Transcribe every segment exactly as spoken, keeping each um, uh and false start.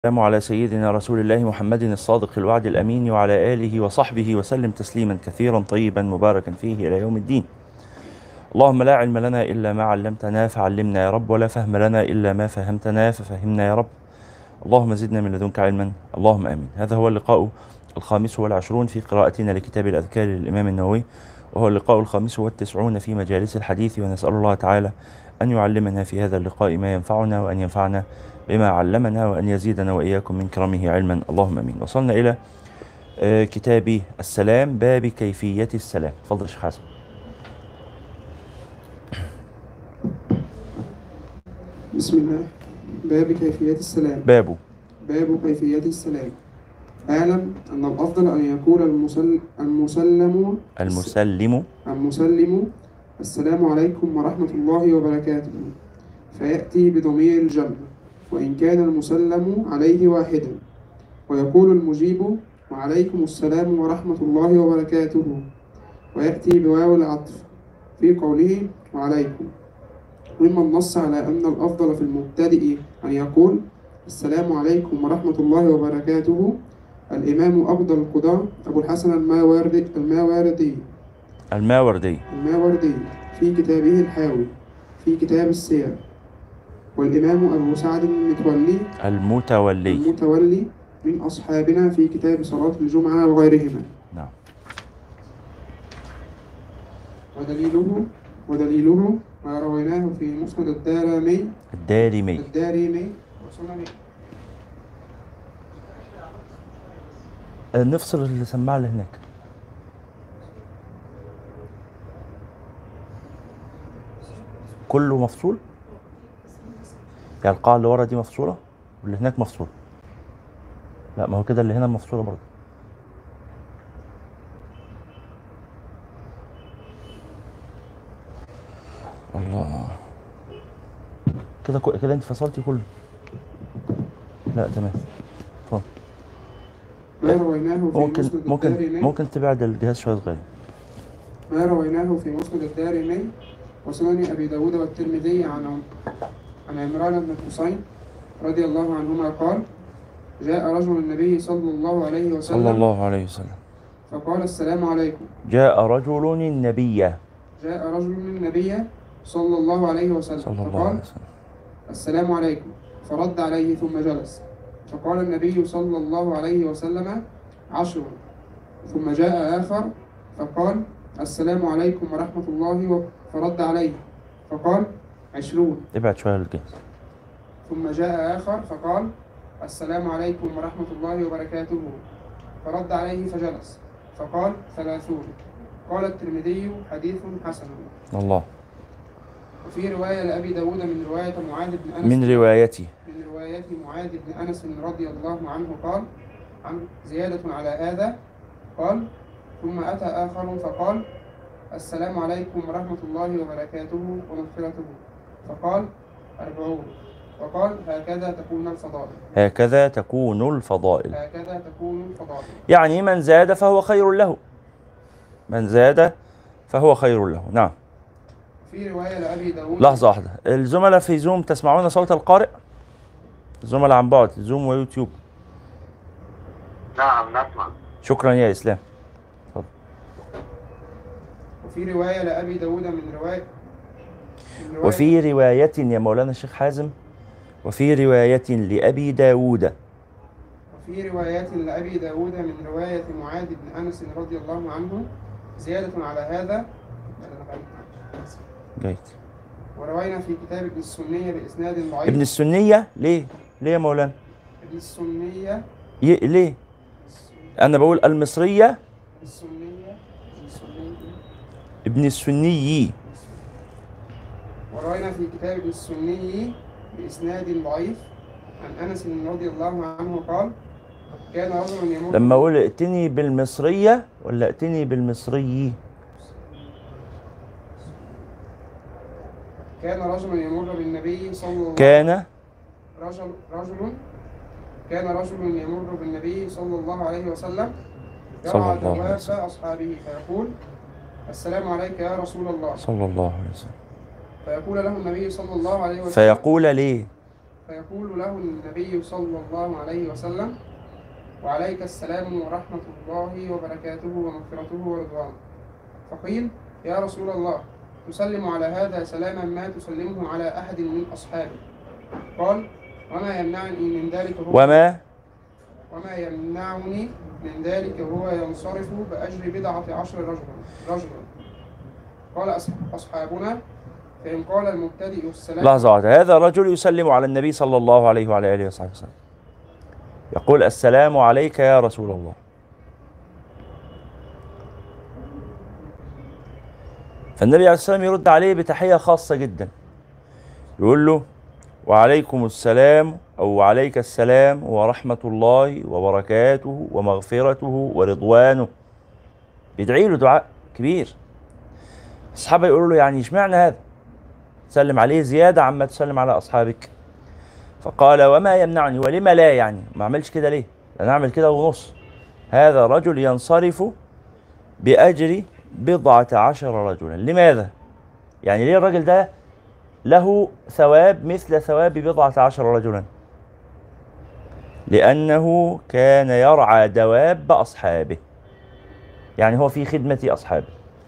السلام على سيدنا رسول الله محمد الصادق الوعد الأمين وعلى آله وصحبه وسلم تسليما كثيرا طيبا مباركا فيه إلى يوم الدين. اللهم لا علم لنا إلا ما علمتنا فعلمنا يا رب، ولا فهم لنا إلا ما فهمتنا ففهمنا يا رب. اللهم زدنا من لدنك علما، اللهم آمين. هذا هو اللقاء الخامس والعشرون في قراءتنا لكتاب الأذكار للإمام النووي، وهو اللقاء الخامس والتسعون في مجالس الحديث، ونسأل الله تعالى أن يعلمنا في هذا اللقاء ما ينفعنا، وأن ينفعنا بما علمنا، وأن يزيدنا وإياكم من كرمه علما، اللهم أمين. وصلنا إلى آه، كتاب السلام، باب كيفية السلام. تفضل شيخ حسن. بسم الله. باب كيفية السلام. بابه باب كيفية السلام. اعلم أن الأفضل أن يقول المسل... المسلم المسلم المسلم السلام عليكم ورحمة الله وبركاته، فيأتي بضمير الجمع وإن كان المسلم عليه واحدا، ويقول المجيب وعليكم السلام ورحمة الله وبركاته، ويأتي بواو العطف في قوله وعليكم. ممن نص على أن الأفضل في المبتدئ أن يقول السلام عليكم ورحمة الله وبركاته الإمام أفضل القضاة أبو الحسن الماوردي الماوردي الماوردي الماوردي في كتابه الحاوي في كتاب السير، والإمام أبو سعد المتولي المتولي المتولي من أصحابنا في كتاب صلاة الجمعة وغيرهما. نعم. ودليله ودليله ما رويناه في مسند الدارمي الدارمي الدارمي وسننه. آه، نفصل السماعة اللي هناك. كله مفصول، يعني القاعة اللي ورا دي مفصولة واللي هناك مفصولة. لا، ما هو كده اللي هنا مفصولة برضه. الله، كده كو- كده انت فصلتي كله. لا تمام. اتفضل. ما رويناه في ممكن مسند ممكن الدارمي ممكن تبعد الجهاز شوية صغير. ما رويناه في مسند الدارمي وسنن أبي داود والترمذي عن عن عمران بن حسين رضي الله عنهما قال جاء رجل النبي صلى الله عليه وسلم صلى الله عليه وسلم فقال السلام عليكم. جاء رجل النبي جاء رجل النبي صلى الله عليه وسلم صلى الله فقال عليه وسلم السلام عليكم، فرد عليه ثم جلس، فقال النبي صلى الله عليه وسلم عشر، ثم جاء آخر فقال السلام عليكم ورحمة الله و- فرد عليه فقال عشرون، ابعد شوية الجهاز. ثم جاء آخر فقال السلام عليكم ورحمة الله وبركاته، فرد عليه فجلس، فقال ثلاثون. قال الترمذي حديث حسن. الله. وفي رواية لأبي داود من رواية معاذ بن أنس من روايتي من رواية معاذ بن أنس رضي الله عنه قال عن زيادة على هذا قال ثم أتى آخر فقال السلام عليكم ورحمة الله وبركاته ومغفرته، فقال أربعون، وقال هكذا تكون الفضائل هكذا تكون الفضائل، هكذا تكون الفضائل. يعني من زاد فهو خير له، من زاد فهو خير له. نعم. في رواية لأبي داود. لحظة واحدة، الزملاء في زوم تسمعون صوت القارئ؟ الزملاء عن بعد، زوم ويوتيوب. نعم نسمع. شكرا يا إسلام. اتفضل. وفي رواية لأبي داود من رواية, من رواية وفي رواية يا مولانا الشيخ حازم، وفي رواية لأبي داود وفي روايات لأبي داود من رواية معاذ بن أنس رضي الله عنه زيادة على هذا. جيد. وروينا في كتاب ابن السنية بإسناد ضعيف. ابن السنية ليه؟ ليه يا مولانا؟ ابن السنية ي... ليه؟ أنا بقول المصرية. السنية السنية ابن السني. وروينا في كتاب ابن السني بإسناد ضعيف عن أنس رضي الله عنه قال كان رجل يمر. لما أقول ائتني بالمصرية ولا ائتني بالمصري؟ كان رجل يمر بالنبي صلى الله كان رجل رجل كان رجل يمر بالنبي صلى الله عليه وسلم صلى يرعى الله عليه دواب وسلم. أصحابه فيقول السلام عليك يا رسول الله، صلى الله عليه وسلم. فيقول له النبي صلى الله عليه وسلم فيقول ليه؟ فيقول له النبي صلى الله عليه وسلم: وعليك السلام ورحمة الله وبركاته ومغفرته ورضوانه. فقيل: يا رسول الله، تسلم على هذا سلاما ما تسلمه على أحد من أصحابه؟ قال: وما يمنعني من ذلك هو وما وما يمنعني من ذلك هو ينصرف بأجر بضعة عشر رجلا رجلا قال أصح- أصحابنا: فإن قال المبتدئ السلام لحظة واحدة، هذا الرجل يسلم على النبي صلى الله عليه وعلى آله وصحبه وسلم، يقول: السلام عليك يا رسول الله. فالنبي عليه الصلاة والسلام يرد عليه بتحية خاصة جدا، يقول له: وعليكم السلام أو وعليك السلام ورحمة الله وبركاته ومغفرته ورضوانه. بيدعي له دعاء كبير. الصحابة يقولوا له: يعني اشمعنى هذا؟ تسلم عليه زيادة عما تسلم على أصحابك. فقال: وما يمنعني، ولما لا يعني؟ ما أعملش كده ليه؟ أنا أعمل كده ونص. هذا رجل ينصرف بأجر بضعة عشر رجلا. لماذا؟ يعني ليه الرجل ده له ثواب مثل ثواب بضعة عشر رجلا؟ لأنه كان يرعى دواب أصحابه، يعني هو في خدمة أصحابه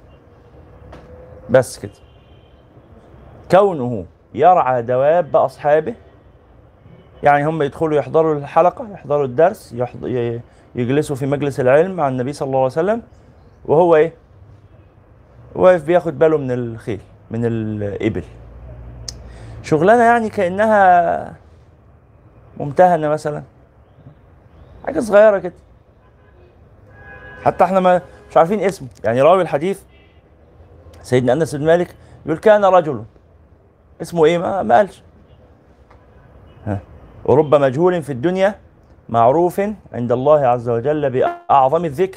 بس كده. كونه يرعى دواب أصحابه يعني هم يدخلوا يحضروا الحلقة، يحضروا الدرس، يحض... ي- يجلسوا في مجلس العلم مع النبي صلى الله عليه وسلم، وهو إيه؟ واقف بياخد باله من الخيل، من الإبل. شغلانة يعني كأنها ممتهنة مثلا، حاجة صغيرة كده. حتى احنا ما مش عارفين اسمه، يعني راوي الحديث سيدنا أنس بن مالك يقول: كان رجل اسمه ايه؟ ما, ما قالش. ها. ورب مجهول في الدنيا معروف عند الله عز وجل بأعظم الذكر.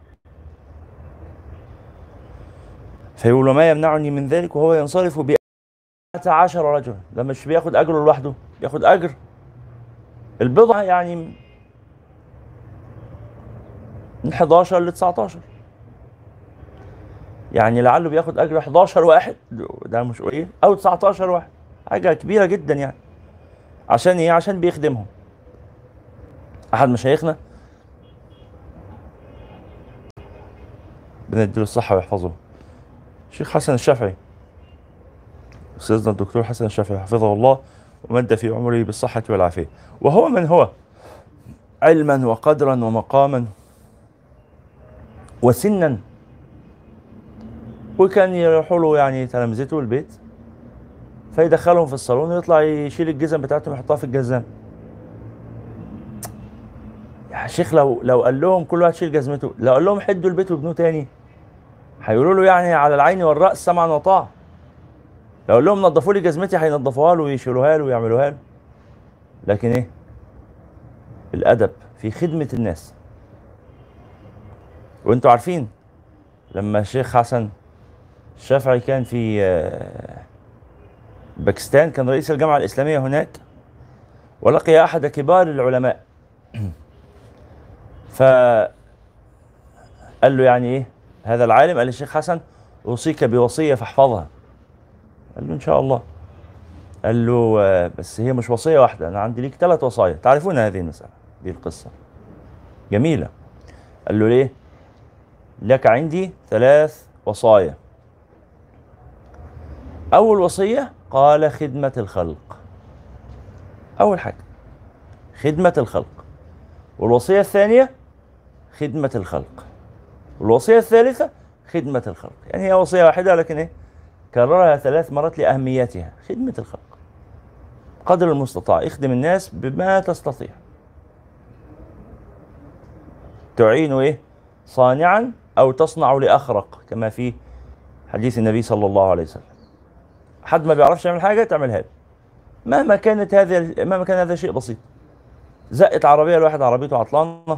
فيقول: وما يمنعني من ذلك وهو ينصرف ب عشر رجلا. ده مش بياخد أجره لوحده، بياخد أجر البضعة، يعني من حداشر ل تسعتاشر، يعني لعله بياخد أجر حداشر واحد، ده مش قليل، أو تسعتاشر واحد، حاجة كبيرة جدا يعني. عشان ايه؟ عشان بيخدمهم. أحد مشايخنا بنديله الصحة ويحفظه، الشيخ حسن الشافعي، أستاذنا الدكتور حسن الشافعي حفظه الله ومد في عمره بالصحة والعافية، وهو من هو علما وقدرا ومقاما وسنا. وكان يروحوا له يعني تلامذته البيت، فيدخلهم في الصالون ويطلع يشيل الجزم بتاعتهم يحطها في الجزام. يا شيخ، لو لو قال لهم كل واحد شيل جزمته، لو قال لهم حدوا البيت وابنوه تاني، هيقولوا له يعني على العين والرأس سمعا وطاعة. لو قال لهم نظفوا لي جزمتي، هينظفوها له ويشيلوها له ويعملوها له. لكن ايه؟ الأدب في خدمة الناس. وانتوا عارفين لما الشيخ حسن الشافعي كان في آه، باكستان، كان رئيس الجامعة الإسلامية هناك، ولقي أحد كبار العلماء، فقال له: يعني إيه هذا العالم؟ قال للشيخ حسن: أوصيك بوصية فاحفظها. قال له: إن شاء الله. قال له: آه، بس هي مش وصية واحدة، أنا عندي ليك ثلاث وصايا. تعرفون هذه المسألة، دي القصة جميلة. قال له: ليه؟ لك عندي ثلاث وصايا. أول وصية، قال: خدمة الخلق. أول حاجة خدمة الخلق. والوصية الثانية خدمة الخلق. والوصية الثالثة خدمة الخلق. يعني هي وصية واحدة لكن إيه؟ كررها ثلاث مرات لأهميتها. خدمة الخلق، قدر المستطاع اخدم الناس بما تستطيع. تعين إيه؟ صانعا أو تصنع لأخرق، كما في حديث النبي صلى الله عليه وسلم. حد ما بيعرفش يعمل حاجة تعملها له، مهما كانت هذا مهما كان هذا شيء بسيط. زقت عربية لواحد عربيته عطلانة،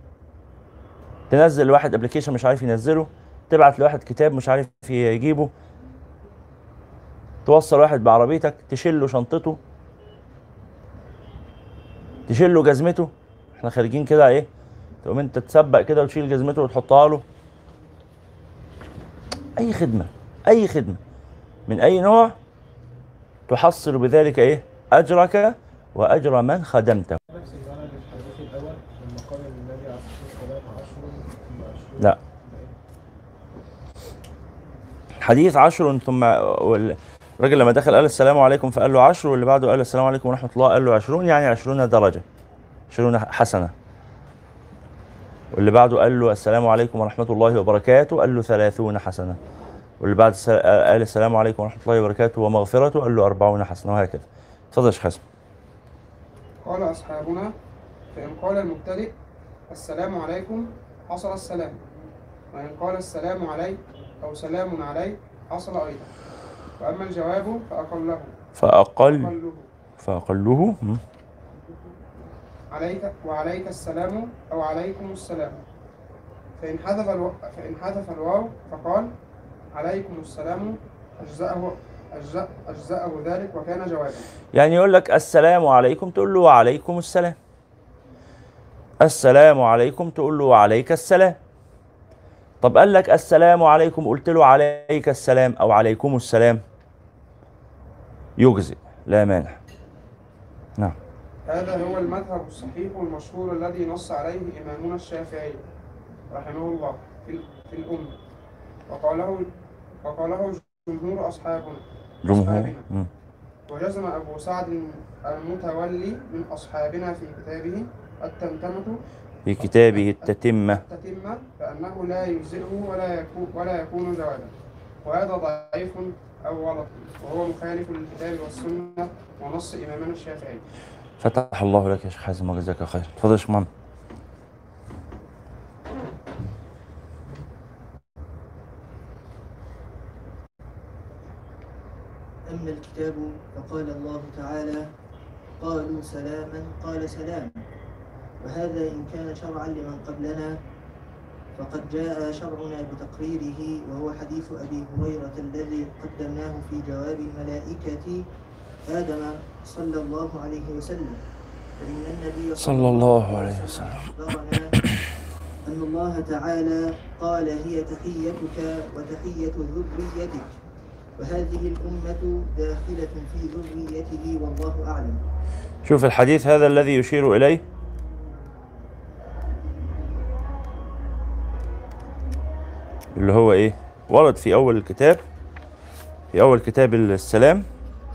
تنزل لواحد ابلكيشن مش عارف ينزله، تبعت لواحد كتاب مش عارف يجيبه، توصل واحد بعربيتك، تشيل له شنطته، تشيل له جزمته. احنا خارجين كده ايه، تقوم انت تسبق كده وتشيل جزمته وتحطها له. اي خدمة، اي خدمة من اي نوع، تحصل بذلك ايه؟ اجرك وأجر من خدمته. نفس المعنى للحديث الأول لما قال النبي عليه الصلاة والسلام عشر ثم عشرون. لا، حديث عشر ثم الراجل لما دخل قال السلام عليكم فقال له عشر، واللي بعده قال السلام عليكم ورحمة الله قال له عشرون، يعني عشرون درجة، عشرون حسنة. واللي بعده قال له السلام عليكم ورحمة الله وبركاته قال له ثلاثون حسنة. واللي بعد قال السلام عليكم ورحمة الله وبركاته ومغفرته قال له أربعون حسنة، وهكذا. اتفضل يا شيخ حسن. قال أصحابنا: فإن قال المبتدئ السلام عليكم حصل السلام، وإن قال السلام عليك أو سلام عليك حصل أيضا. وأما الجواب فأقله فأقل أقله فأقله م. عليك وعليك السلام أو عليكم السلام. فإن حذف الو... فإن حذف الواو فقال عليكم السلام أجزأه أجزأ... أجزأه ذلك وكان جوابا. يعني يقول لك السلام عليكم تقول له وعليكم السلام، السلام عليكم تقول له وعليك السلام. طب قال لك السلام عليكم قلت له عليك السلام أو عليكم السلام، يجزئ لا مانع. نعم. هذا هو المذهب الصحيح والمشهور الذي نص عليه إمامنا الشافعي رحمه الله في في الأمة، وقاله وقاله جمهور أصحابنا جمهور. أصحابنا. وجزم أبو سعد المتولي من أصحابنا في كتابه التمتمة في كتابه التتمة التتمة بأنه لا يجزئه ولا يكون ولا يكون جوابا، وهذا ضعيف أو غلط، وهو مخالف للكتاب والسنة ونص إمامنا الشافعي. فتح الله لك يا شيخ حازم وجزاك خير. اتفضل يا شيخ محمد. أما الكتاب فقال الله تعالى: قالوا سلاما قال سلام. وهذا إن كان شرعا لمن قبلنا فقد جاء شرعنا بتقريره، وهو حديث أبي هريرة الذي قدمناه في جواب الملائكة آدم صلى الله عليه وسلم. فإن النبي صلى الله عليه وسلم أخبرنا أن الله تعالى قال: هي تحيتك وتحية ذريتك، وهذه الأمة داخلة في ذريته والله أعلم. شوف الحديث هذا الذي يشير إليه، اللي هو إيه؟ ورد في أول الكتاب، في أول كتاب السلام.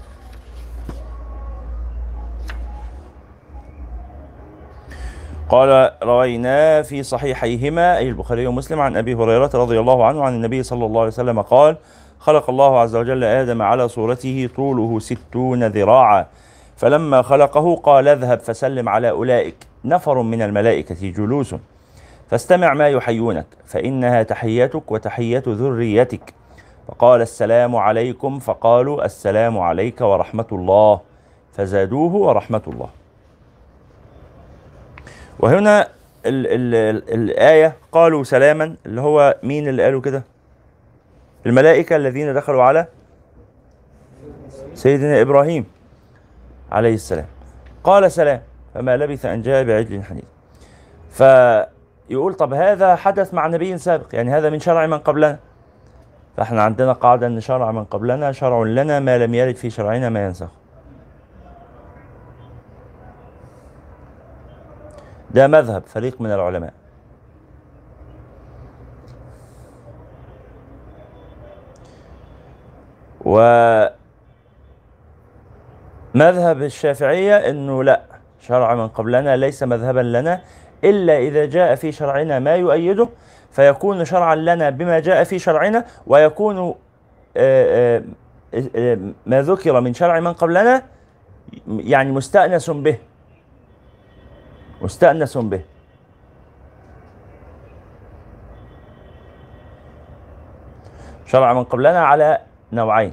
قال: روينا في صحيحيهما أي البخاري ومسلم عن أبي هريرة رضي الله عنه عن النبي صلى الله عليه وسلم قال: خلق الله عز وجل آدم على صورته طوله ستون ذراعا، فلما خلقه قال: اذهب فسلم على أولئك نفر من الملائكة جلوس، فاستمع ما يحيونك، فإنها تحيتك وتحية ذريتك. فقال: السلام عليكم، فقالوا: السلام عليك ورحمة الله، فزادوه ورحمة الله. وهنا ال ال ال الآية قالوا سلاما، اللي هو مين اللي قالوا كده؟ الملائكة الذين دخلوا على سيدنا إبراهيم عليه السلام، قال سلام، فما لبث أن جاء بعجل حنيذ. فيقول طب هذا حدث مع نبي سابق، يعني هذا من شرع من قبلنا. فاحنا عندنا قاعدة أن شرع من قبلنا شرع لنا ما لم يرد في شرعنا ما ينسخ. ده مذهب فريق من العلماء. ومذهب الشافعية انه لا، شرع من قبلنا ليس مذهبا لنا الا اذا جاء في شرعنا ما يؤيده، فيكون شرعا لنا بما جاء في شرعنا، ويكون ما ذكر من شرع من قبلنا يعني مستأنس به، مستأنس به. شرع من قبلنا على نوعين: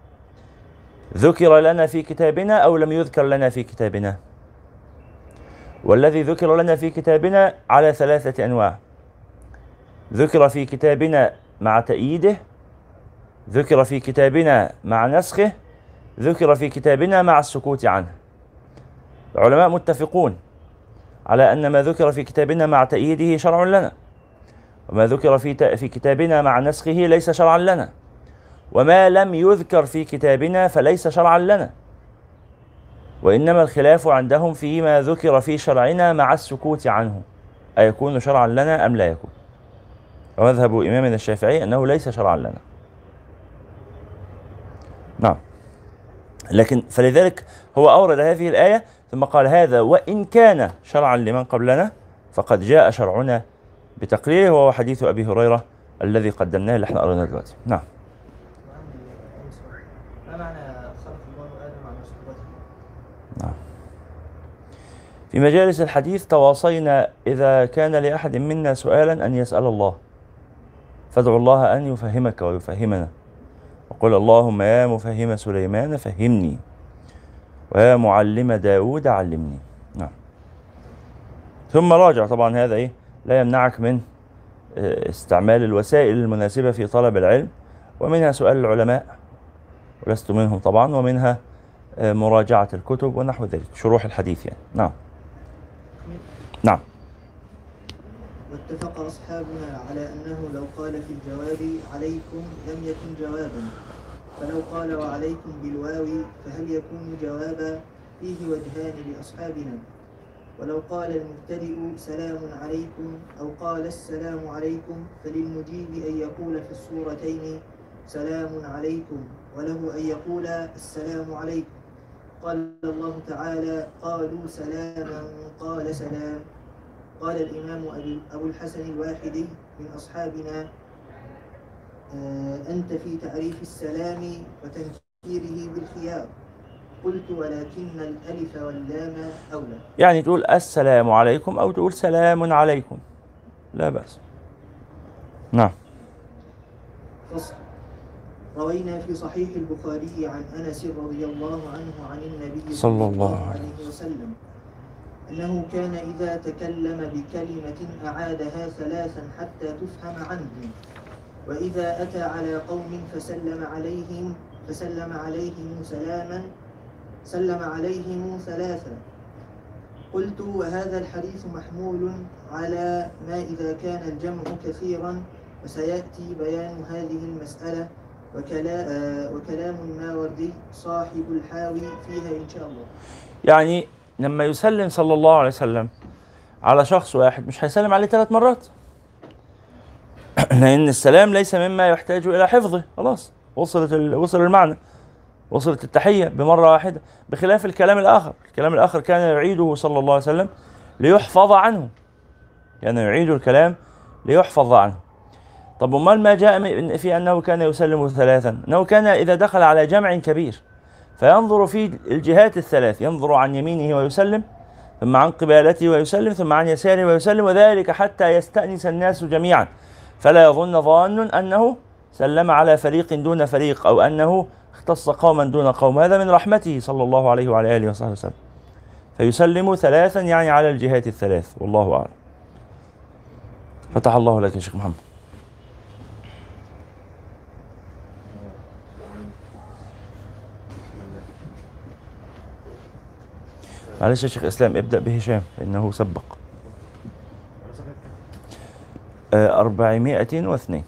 ذكر لنا في كتابنا أو لم يذكر لنا في كتابنا. والذي ذكر لنا في كتابنا على ثلاثة أنواع: ذكر في كتابنا مع تأييده، ذكر في كتابنا مع نسخه، ذكر في كتابنا مع السكوت عنه. العلماء متفقون على أن ما ذكر في كتابنا مع تأييده شرع لنا، وما ذكر في في كتابنا مع نسخه ليس شرعا لنا، وما لم يذكر في كتابنا فليس شرعا لنا. وإنما الخلاف عندهم فيما ذكر في شرعنا مع السكوت عنه، أيكون شرعا لنا أم لا يكون. ومذهب إمامنا الشافعي أنه ليس شرعا لنا. نعم. لكن فلذلك هو أورد هذه الآية ثم قال هذا وإن كان شرعا لمن قبلنا فقد جاء شرعنا بتقريره، وهو حديث أبي هريرة الذي قدمناه اللي احنا قرأناه دلوقتي. نعم. وعندي أي سؤال. ما معنى خلق الله آدم على صورته؟ نعم. في مجالس الحديث تواصينا إذا كان لأحد منا سؤالا أن يسأل الله، فادعوا الله أن يفهمك ويفهمنا، وقل اللهم يا مفهم سليمان فهمني، ويا معلم داود علمني. نعم. ثم راجع طبعا هذا إيه لا يمنعك من استعمال الوسائل المناسبة في طلب العلم، ومنها سؤال العلماء ولست منهم طبعا، ومنها مراجعة الكتب ونحو ذلك، شروح الحديث يعني. نعم. نعم. واتفق أصحابنا على أنه لو قال في الجواب عليكم لم يكن جوابا، فلو قال وعليكم بالواو فهل يكون جوابا؟ فيه وجهان لأصحابنا. ولو قال المبتدئ سلام عليكم أو قال السلام عليكم فللمجيب أن يقول في الصورتين سلام عليكم، وله أن يقول السلام عليكم. قال الله تعالى قالوا سلاما قال سلام. قال الإمام أبو الحسن الواحدي من أصحابنا أنت في تعريف السلام وتنكيره بالخيار. قلت ولكن الألف واللام أولى. يعني تقول السلام عليكم أو تقول سلام عليكم، لا بأس. نعم. فصل. روينا في صحيح البخاري عن أنس رضي الله عنه عن النبي صلى الله عليه وسلم أنه كان إذا تكلم بكلمة أعادها ثلاثا حتى تفهم عنه، وإذا أتى على قوم فسلم عليهم فسلم عليهم سلاما سلم عليهم ثلاثا. قلت وهذا الحديث محمول على ما إذا كان الجمع كثيرا، وسيأتي بيان هذه المسألة وكلا وكلام الماوردي صاحب الحاوي فيها إن شاء الله. يعني لما يسلم صلى الله عليه وسلم على شخص واحد مش هيسلم عليه ثلاث مرات، لأن السلام ليس مما يحتاج إلى حفظه، خلاص وصلت وصل المعنى، وصلت التحية بمرة واحدة، بخلاف الكلام الآخر. الكلام الآخر كان يعيده صلى الله عليه وسلم ليحفظ عنه، كان يعيد الكلام ليحفظ عنه. طب وما ما جاء في أنه كان يسلم ثلاثا؟ أنه كان إذا دخل على جمع كبير فينظر في الجهات الثلاث، ينظر عن يمينه ويسلم، ثم عن قبالته ويسلم، ثم عن يساره ويسلم، وذلك حتى يستأنس الناس جميعا، فلا يظن ظان أنه سلم على فريق دون فريق، أو أنه اختص قوما دون قوم. هذا من رحمته صلى الله عليه وعلى آله وصحبه وسلم. فيسلم ثلاثا يعني على الجهات الثلاث، والله أعلم. فتح الله لك يا شيخ محمد. معلش يا شيخ إسلام ابدأ بهشام فإنه سبق. أربعمائة واثنين.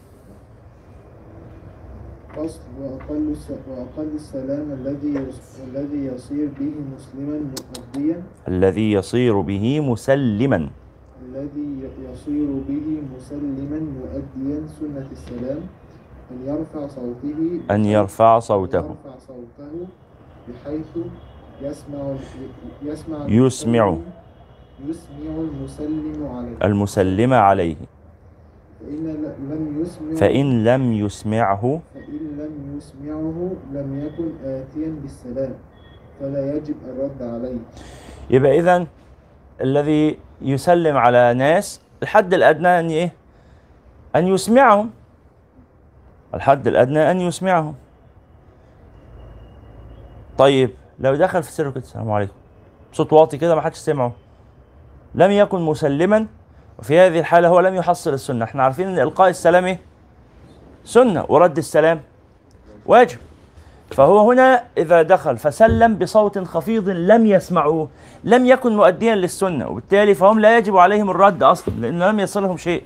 فصل. وأقل وأقل السلام الذي الذي يصير به مسلما مؤديا الذي يصير به مسلما الذي يصير به مسلما مؤديا سنة السلام أن يرفع صوته أن يرفع صوته يرفع صوته بحيث يسمع يسمع يسمع يسمع المسلم عليه المسلم عليه. فإن لم يسمع فإن لم يسمعه فإن لم يسمعه لم يكن آتيا بالسلام، فلا يجب الرد عليه. يبقى إذن الذي يسلم على ناس الحد الأدنى أن إيه؟ أن يسمعهم. الحد الأدنى أن يسمعهم. طيب لو دخل في سر كده السلام عليكم صوت واطي كده ما حدش سمعه، لم يكن مسلما، وفي هذه الحالة هو لم يحصل السنة. احنا عارفين ان إلقاء السلام ايه؟ سنة، ورد السلام واجب. فهو هنا إذا دخل فسلم بصوت خفيض لم يسمعوه لم يكن مؤديا للسنة، وبالتالي فهم لا يجب عليهم الرد أصلا، لأنه لم يصلهم شيء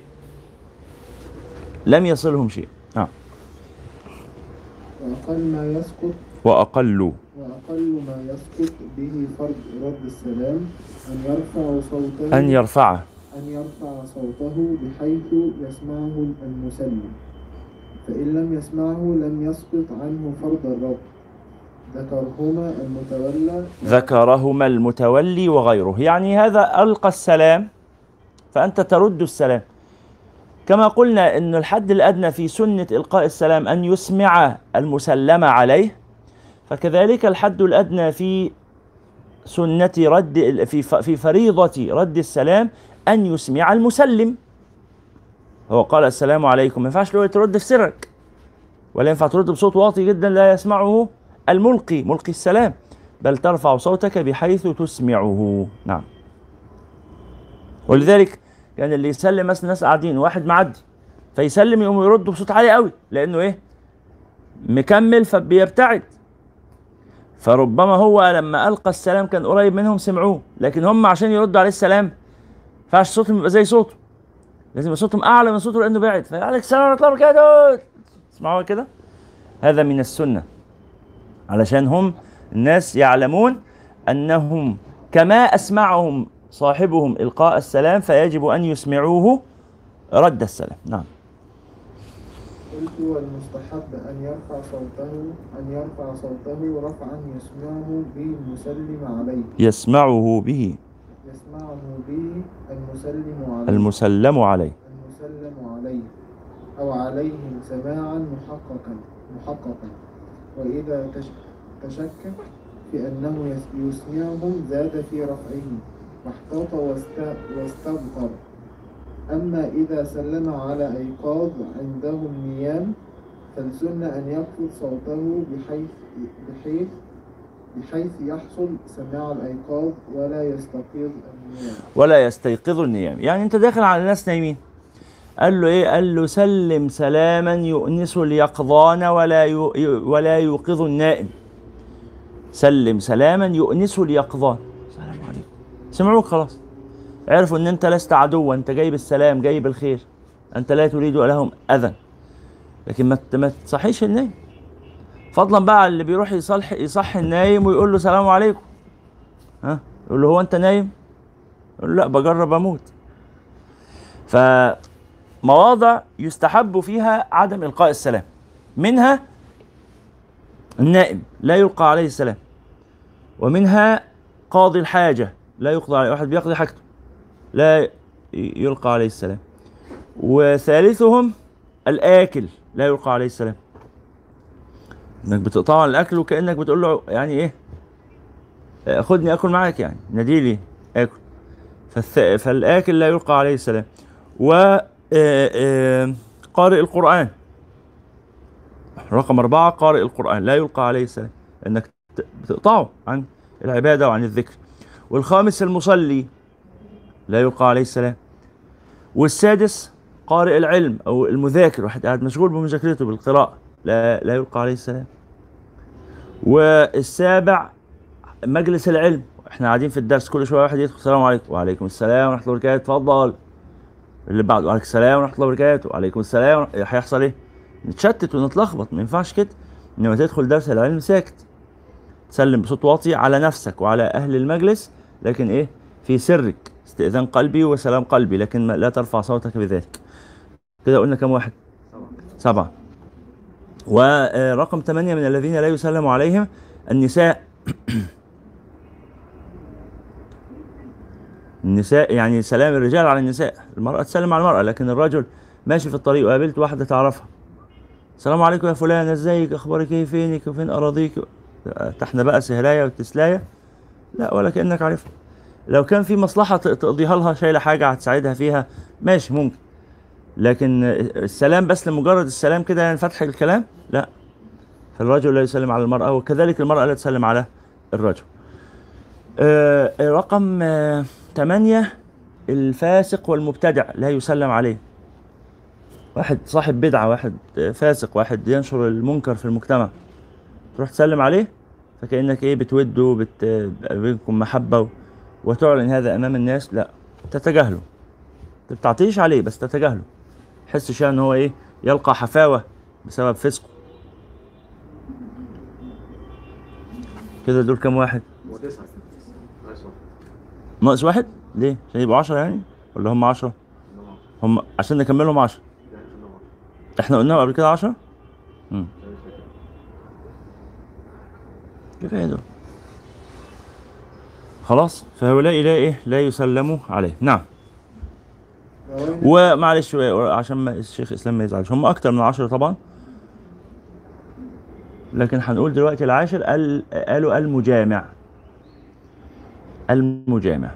لم يصلهم شيء. آه. وأقل ما يسقط وأقل وأقل ما يسقط به فرض رد السلام أن يرفع صوته أن يرفع أن يرفع صوته بحيث يسمعه المسلم، فإن لم يسمعه لم يسقط عنه فرض الرد. ذكرهما المتولى ذكرهما المتولي وغيره، يعني هذا ألقى السلام فأنت ترد السلام. كما قلنا أن الحد الأدنى في سنة إلقاء السلام أن يسمع المسلم عليه، فكذلك الحد الأدنى في سنة رد في في فريضة رد السلام أن يسمع المسلم. هو قال السلام عليكم، ما ينفعش لو ترد في سرك، ولا ينفع ترد بصوت واطي جدا لا يسمعه الملقي ملقي السلام، بل ترفع صوتك بحيث تسمعه. نعم. ولذلك كان اللي يسلم مثلا ناس قاعدين واحد معدي فيسلم يقوم يرد بصوت عالي قوي، لانه ايه؟ مكمل فبيبتعد. فربما هو لما القى السلام كان قريب منهم سمعوه، لكن هم عشان يردوا عليه السلام ما ينفعش صوتهم يبقى زي صوته، لازم يبقى صوتهم اعلى من صوته لانه بعد، فعليك السلام ورحمه الله وبركاته اسمعوها كده. هذا من السنه، علشان هم الناس يعلمون انهم كما اسمعهم صاحبهم القاء السلام فيجب ان يسمعوه رد السلام. نعم. قلت والمستحب أن يرفع صوته أن يرفع صوته رفعا يسمعه به المسلم عليه يسمعه به يسمعه به المسلم عليه المسلم عليه المسلم عليه أو عليهم سماعا محققا محققا وإذا تش- تشكك في أنه يس- يسمعهم زاد في رفعه واحتاط واست- واستغفر. أما إذا سلم على أيقاظ عنده النيام فالسنة أن يخفض صوته بحيث بحيث بحيث يحصل سماع الأيقاظ ولا يستيقظ النيام. ولا يستيقظ النيام. يعني انت داخل على ناس نايمين، قال له ايه؟ قال له سلم سلاما يؤنس اليقظان ولا يو ولا يوقظ النائم. سلم سلاما يؤنس اليقظان. سلام عليكم، سمعوك خلاص، عرفوا ان انت لست عدوا، انت جايب السلام جايب الخير، انت لا تريد لهم اذى. لكن ما ما تصحيش النايم، فضلا بقى على اللي بيروح يصلح يصحي النايم ويقول له سلام عليكم. ها؟ يقول له هو انت نايم؟ يقول له لا بجرب اموت. فمواضع يستحب فيها عدم القاء السلام، منها النائم لا يلقى عليه السلام، ومنها قاضي الحاجة لا يقضى عليه، واحد بيقضي حاجته لا يلقى عليه السلام. وثالثهم الآكل لا يلقى عليه السلام، انك بتقطع عن الاكل وكانك بتقول له يعني ايه، خدني اكل معاك، يعني ناديلي اكل. فالث... فالاكل لا يلقى عليه السلام. و قارئ القرآن رقم أربعة، قارئ القرآن لا يلقى عليه السلام، انك بتقطعه عن العبادة وعن الذكر. والخامس المصلي لا يلقى عليه السلام. والسادس قارئ العلم او المذاكر، واحد قاعد مشغول بمذاكرته بالقراءة لا لا يلقى عليه السلام. والسابع مجلس العلم، احنا قاعدين في الدرس كل شويه واحد يدخل السلام عليكم وعليكم السلام ورحمه الله وبركاته اتفضل، اللي بعده وعليكم السلام ورحمه الله وبركاته وعليكم السلام، هيحصل ايه؟ نتشتت ونتلخبط، ما ينفعش كده. انما تدخل درس العلم ساكت، تسلم بصوت واطي على نفسك وعلى اهل المجلس، لكن ايه؟ في سرك، استئذان قلبي وسلام قلبي، لكن لا ترفع صوتك بذلك. كده قلنا كم واحد؟ سبعة. ورقم ثمانية من الذين لا يسلم عليهم النساء. النساء يعني سلام الرجال على النساء، المرأة تسلم على المرأة، لكن الرجل ماشي في الطريق وقابلت واحدة تعرفها، السلام عليكم يا فلانة، ازيك، اخبارك ايه، فينك وفين اراضيك، تحنا بقى سهلاية وتسلاية، لا ولا كأنك عارفها. لو كان في مصلحة تقضيها لها، شايلة حاجة هتساعدها فيها، ماشي ممكن، لكن السلام بس لمجرد السلام كده يعني فتح الكلام، لا. فالرجل لا يسلم على المرأة، وكذلك المرأة لا تسلم على الرجل. آه رقم آه ثمانية الفاسق والمبتدع لا يسلم عليه. واحد صاحب بدعة، واحد فاسق، واحد ينشر المنكر في المجتمع، تروح تسلم عليه فكأنك ايه بتوده، بت... بينكم محبة وتعلن هذا امام الناس، لا، تتجاهله، ما بتعطيش عليه بس تتجاهله، تحسش ان هو ايه يلقى حفاوة بسبب فسقه. كده دول كام واحد؟ ناقص واحد ليه؟ عشان يبقوا عشرة يعني؟ ولا هم عشرة؟ هم عشان نكملهم عشرة. احنا قلناهم قبل كده عشرة؟ امم كفاية دول. خلاص فهؤلاء لا ايه؟ لا يسلموا عليه. نعم. ومعلش عشان ما الشيخ اسلام ما يزعلش، هم اكتر من عشرة طبعا، لكن هنقول دلوقتي العاشر قال قالوا المجامع. المجامع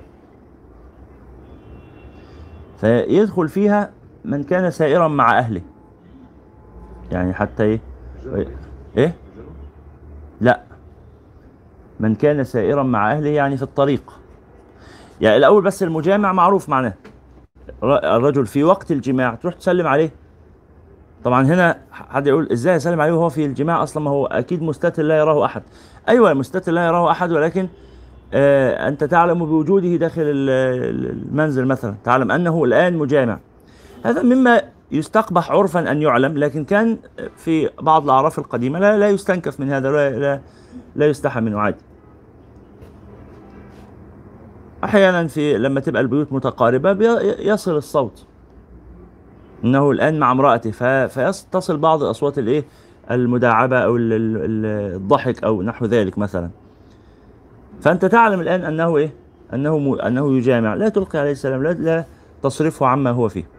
فيدخل فيها من كان سائرا مع اهله، يعني حتى ايه ايه لا، من كان سائرا مع اهله يعني في الطريق. يعني الاول بس المجامع معروف معناه الرجل في وقت الجماع تروح تسلم عليه. طبعا هنا حد يقول ازاي اسلم عليه وهو في الجماع؟ اصلا ما هو اكيد مستتر لا يراه احد. ايوه مستتر لا يراه احد، ولكن آه انت تعلم بوجوده داخل المنزل مثلا، تعلم انه الان مجامع. هذا مما يستقبح عرفا ان يعلم، لكن كان في بعض الاعراف القديمه لا, لا يستنكف من هذا، لا, لا, لا يستحى منه عادي. احيانا في لما تبقى البيوت متقاربه يصل الصوت انه الان مع امراته، فيتصل بعض اصوات الايه المداعبه او ال- ال- الضحك او نحو ذلك مثلا، فانت تعلم الان انه ايه انه م- انه يجامع. لا تلقي عليه السلام، لا, لا تصرفه عما هو فيه.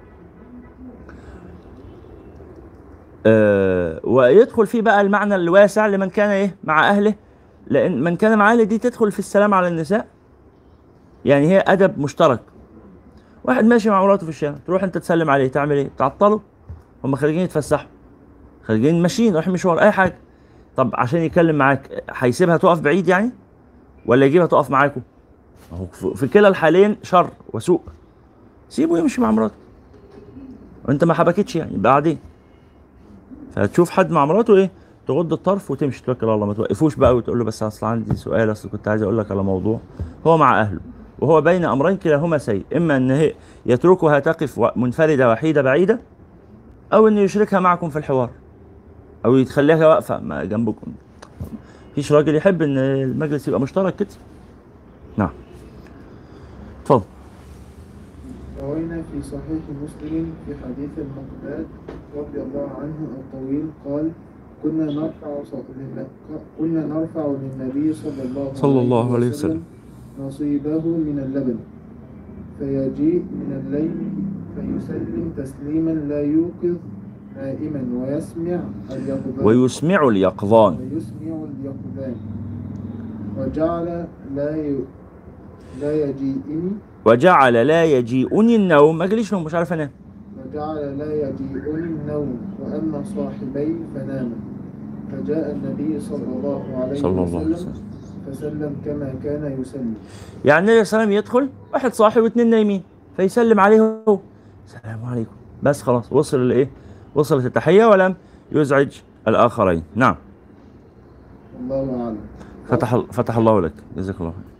آه ويدخل فيه بقى المعنى الواسع لمن كان ايه مع اهله، لان من كان مع اهله دي تدخل في السلام على النساء، يعني هي ادب مشترك. واحد ماشي مع مراته في الشارع تروح انت تسلم عليه، تعمل ايه؟ تعطله؟ هم خارجين يتفسحوا، خارجين ماشيين رايحين مشوار اي حاجه. طب عشان يتكلم معاك هيسيبها تقف بعيد يعني ولا يجيبها تقف معاكم؟ هو في- في كلا الحالين شر وسوء. سيبه يمشي مع مراته وانت ما حبكتش يعني بعدين. فتشوف حد مع مراته ايه، تغض الطرف وتمشي توكل على الله، ما توقفوش بقى وتقول له بس اصل عندي سؤال، اصل كنت عايز اقول لك على موضوع. هو مع اهله وهو بين امرين كلاهما سيء، اما ان هي يتركها تقف و- منفرده وحيده بعيده، او انه يشركها معكم في الحوار، او يتخليها واقفه ما جنبكم. مفيش راجل يحب ان المجلس يبقى مشترك كده. نعم اتفضل. روينا في صحيح مسلم في حديث المقداد رضي الله عنه الطويل قال: كنا نرفع ص- للن- كنا نرفع للنبي صلى الله, صلى الله عليه وسلم نصيبه من اللبن، فيجيء من الليل فيسلم تسليما لا يوقظ نائما ويسمع اليقظان ويسمع اليقظان. ويسمع اليقظان وجعل لا ي... لا يجيئني وجعل لا يجيئني النوم، ما جاليش نوم مش عارف انام. وجعل لا يجيئني النوم وأما صاحبي فناما، فجاء النبي صلى الله عليه صلى الله عليه وسلم وسلم. فسلم كما كان يسلم. يعني النبي صلى الله عليه وسلم يدخل واحد صاحي واثنين نايمين فيسلم عليه هو، السلام عليكم، بس خلاص وصل الايه، وصلت التحيه ولم يزعج الاخرين. نعم الله أعلم. فتح فتح الله لك، جزاك الله خير.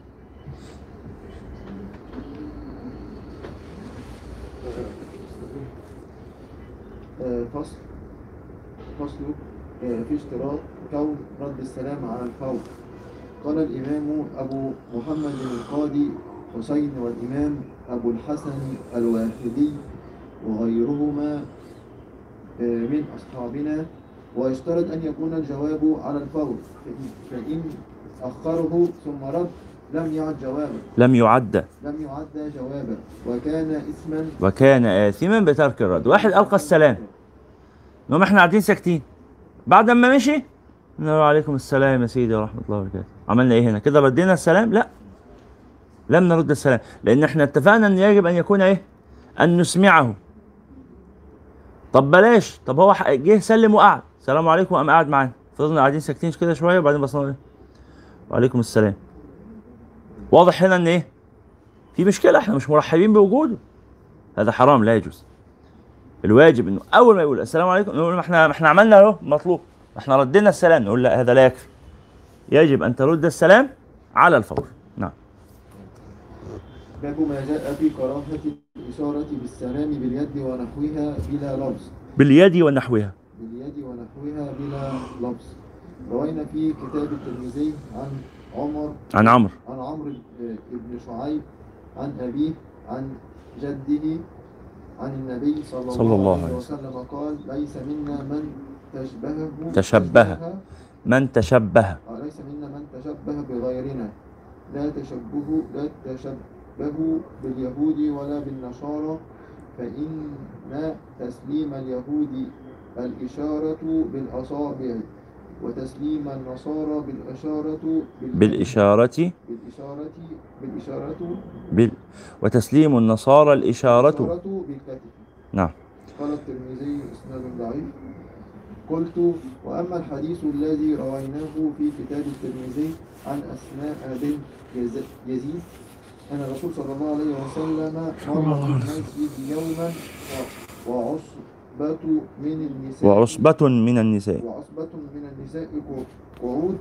آه، فصل فصل آه، في اشتراط كون رد السلام على الفور. قال الإمام أبو محمد القاضي حسين والإمام أبو الحسن الواحدي وغيرهما آه، من أصحابنا، ويشترط أن يكون الجواب على الفور، فإن- فإن أخره ثم رد لم يعد جوابا لم يعد لم يعد جوابا وكان إثما وكان آثما بترك الرد. واحد ألقى السلام نقوم احنا قاعدين ساكتين، بعد ما مشي نقول عليكم السلام يا سيدي ورحمة الله وبركاته. عملنا ايه هنا؟ كده ردينا السلام؟ لا، لم نرد السلام، لأن احنا اتفقنا أن يجب أن يكون ايه؟ أن نسمعه. طب بلاش، طب هو ح- جه سلم وقعد السلام عليكم وقام قاعد معانا، فضلنا قاعدين ساكتين كده شوية وبعدين بصينا ايه؟ وعليكم السلام. واضح هنا ان ايه؟ في مشكلة، احنا مش مرحبين بوجوده، هذا حرام لا يجوز. الواجب انه اول ما يقول السلام عليكم نقول ما احنا ما احنا عملنا اهو مطلوب، احنا ردينا السلام، نقول لا هذا لا يكفي، يجب ان ترد السلام على الفور. نعم. باب ما جاء في كراهة الإشارة بالسلام باليد ونحوها بلا لفظ باليد ونحوها. باليد ونحوها بلا لفظ. روينا في كتاب الترمذي عن عمر عن عمرو عن عمرو بن شعيب عن أبيه عن جده عن النبي صلى, صلى الله الله عليه عليه وسلم قال ليس منا من تشبهه تشبه من تشبه آه، ليس منا من تشبه بغيرنا لا تشبهوا لا تشبهوا باليهود ولا بالنصارى فإن تسليم اليهود الإشارة بالأصابع وتسليم النصارى بالإشارة بالإشارة بالإشارة بالإشارة بال وتسليم النصارى الإشارة الإشارة بالكتف. نعم. قال الترمذي إسناد ضعيف. قلت وأما الحديث الذي رويناه في كتاب الترمذي عن أسماء بنت يز- يزيد أن الرسول صلى الله عليه وسلم مر في المسجد يوما و- وعصبة من النساء وعصبة من النساء وعصبة من النساء قعود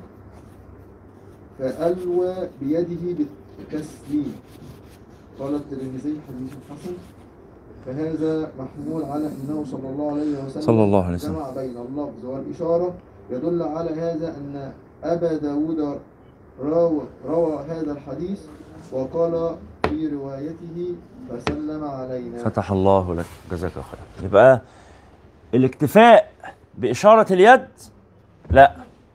فألوى بيده بالتسليم. قال الترمذي حديث حسن. فهذا محمول على أنه صلى الله عليه وسلم صلى الله عليه وسلم جمع بين اللفظ والإشارة يدل على هذا أن أبا داود روى, روى هذا الحديث وقال في روايته فسلم علينا. فتح الله لك جزاك الله خير. يبقى الاكتفاء بإشارة اليد لا،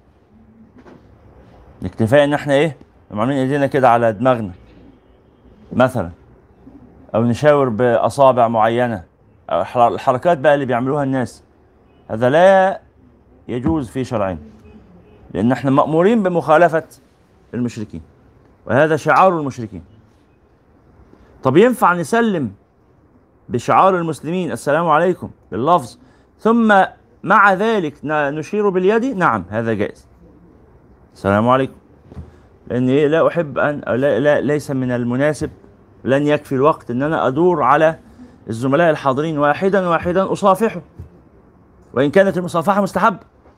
الاكتفاء ان احنا ايه عاملين ايدينا كده على دماغنا مثلا، او نشاور باصابع معينه، أو الحركات بقى اللي بيعملوها الناس، هذا لا يجوز في شرعنا، لان احنا مأمورين بمخالفة المشركين، وهذا شعار المشركين. طب ينفع نسلم بشعار المسلمين السلام عليكم باللفظ ثم مع ذلك نشير باليد؟ نعم هذا جائز. السلام عليكم، لاني لا احب ان لا, لا ليس من المناسب، لن يكفي الوقت ان انا ادور على الزملاء الحاضرين واحدا واحدا اصافحه، وان كانت المصافحه مستحب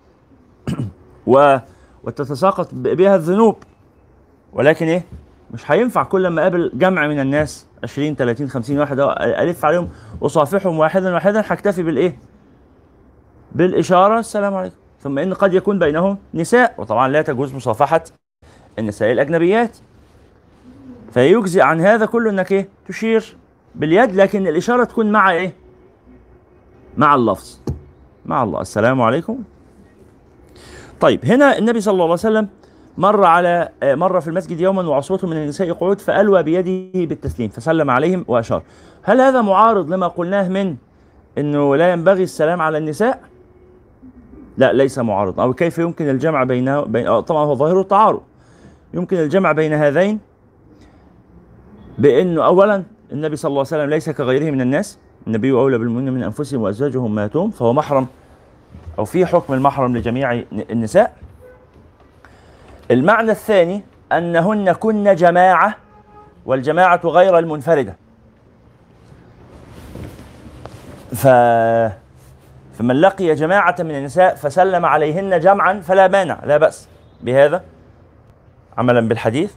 و وتتساقط بها الذنوب، ولكن ايه مش هينفع كل ما اقابل جمع من الناس عشرين ثلاثين خمسين واحد الف عليهم اصافحهم واحدا واحدا، هكتفي بالايه؟ بالاشاره السلام عليكم. ثم ان قد يكون بينهم نساء، وطبعا لا تجوز مصافحه النساء الاجنبيات، فيجزئ عن هذا كله انك ايه؟ تشير باليد، لكن الاشاره تكون مع ايه؟ مع اللفظ، مع الله السلام عليكم. طيب هنا النبي صلى الله عليه وسلم مر على مر في المسجد يوما وعصبة من النساء قعود فألوى بيده بالتسليم فسلم عليهم وأشار. هل هذا معارض لما قلناه من انه لا ينبغي السلام على النساء؟ لا ليس معارض. او كيف يمكن الجمع بينه بين طبعا هو ظاهره التعارض، يمكن الجمع بين هذين بانه اولا النبي صلى الله عليه وسلم ليس كغيره من الناس، النبي اولى بالمؤمنين من انفسهم وازواجهم امهاتهم، فهو محرم او في حكم المحرم لجميع النساء. المعنى الثاني انهن كن جماعه، والجماعه غير المنفرده، ف فمن لقي جماعه من النساء فسلم عليهن جمعا فلا مانع، لا باس بهذا عملا بالحديث،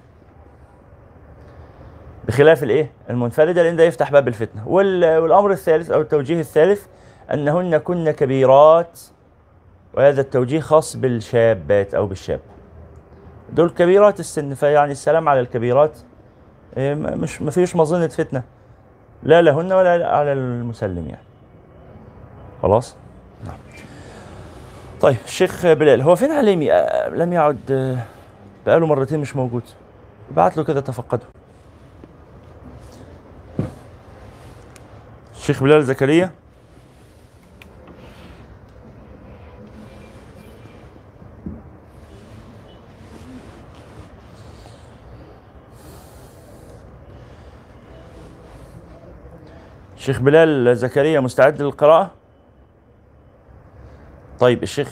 بخلاف الايه المنفرده، لان ده يفتح باب الفتنه. والامر الثالث او التوجيه الثالث انهن كن كبيرات، وهذا التوجيه خاص بالشابات او بالشاب، دول كبيرات السن، فيعني السلام على الكبيرات مش ما فيش مظنه فتنه لا لهن ولا على المسلم يعني. خلاص. نعم. طيب الشيخ بلال هو فين عليمي؟ لم يعد، بقاله مرتين مش موجود، بعت له كده تفقده. الشيخ بلال زكريا الشيخ بلال زكريا مستعد للقراءة؟ طيب الشيخ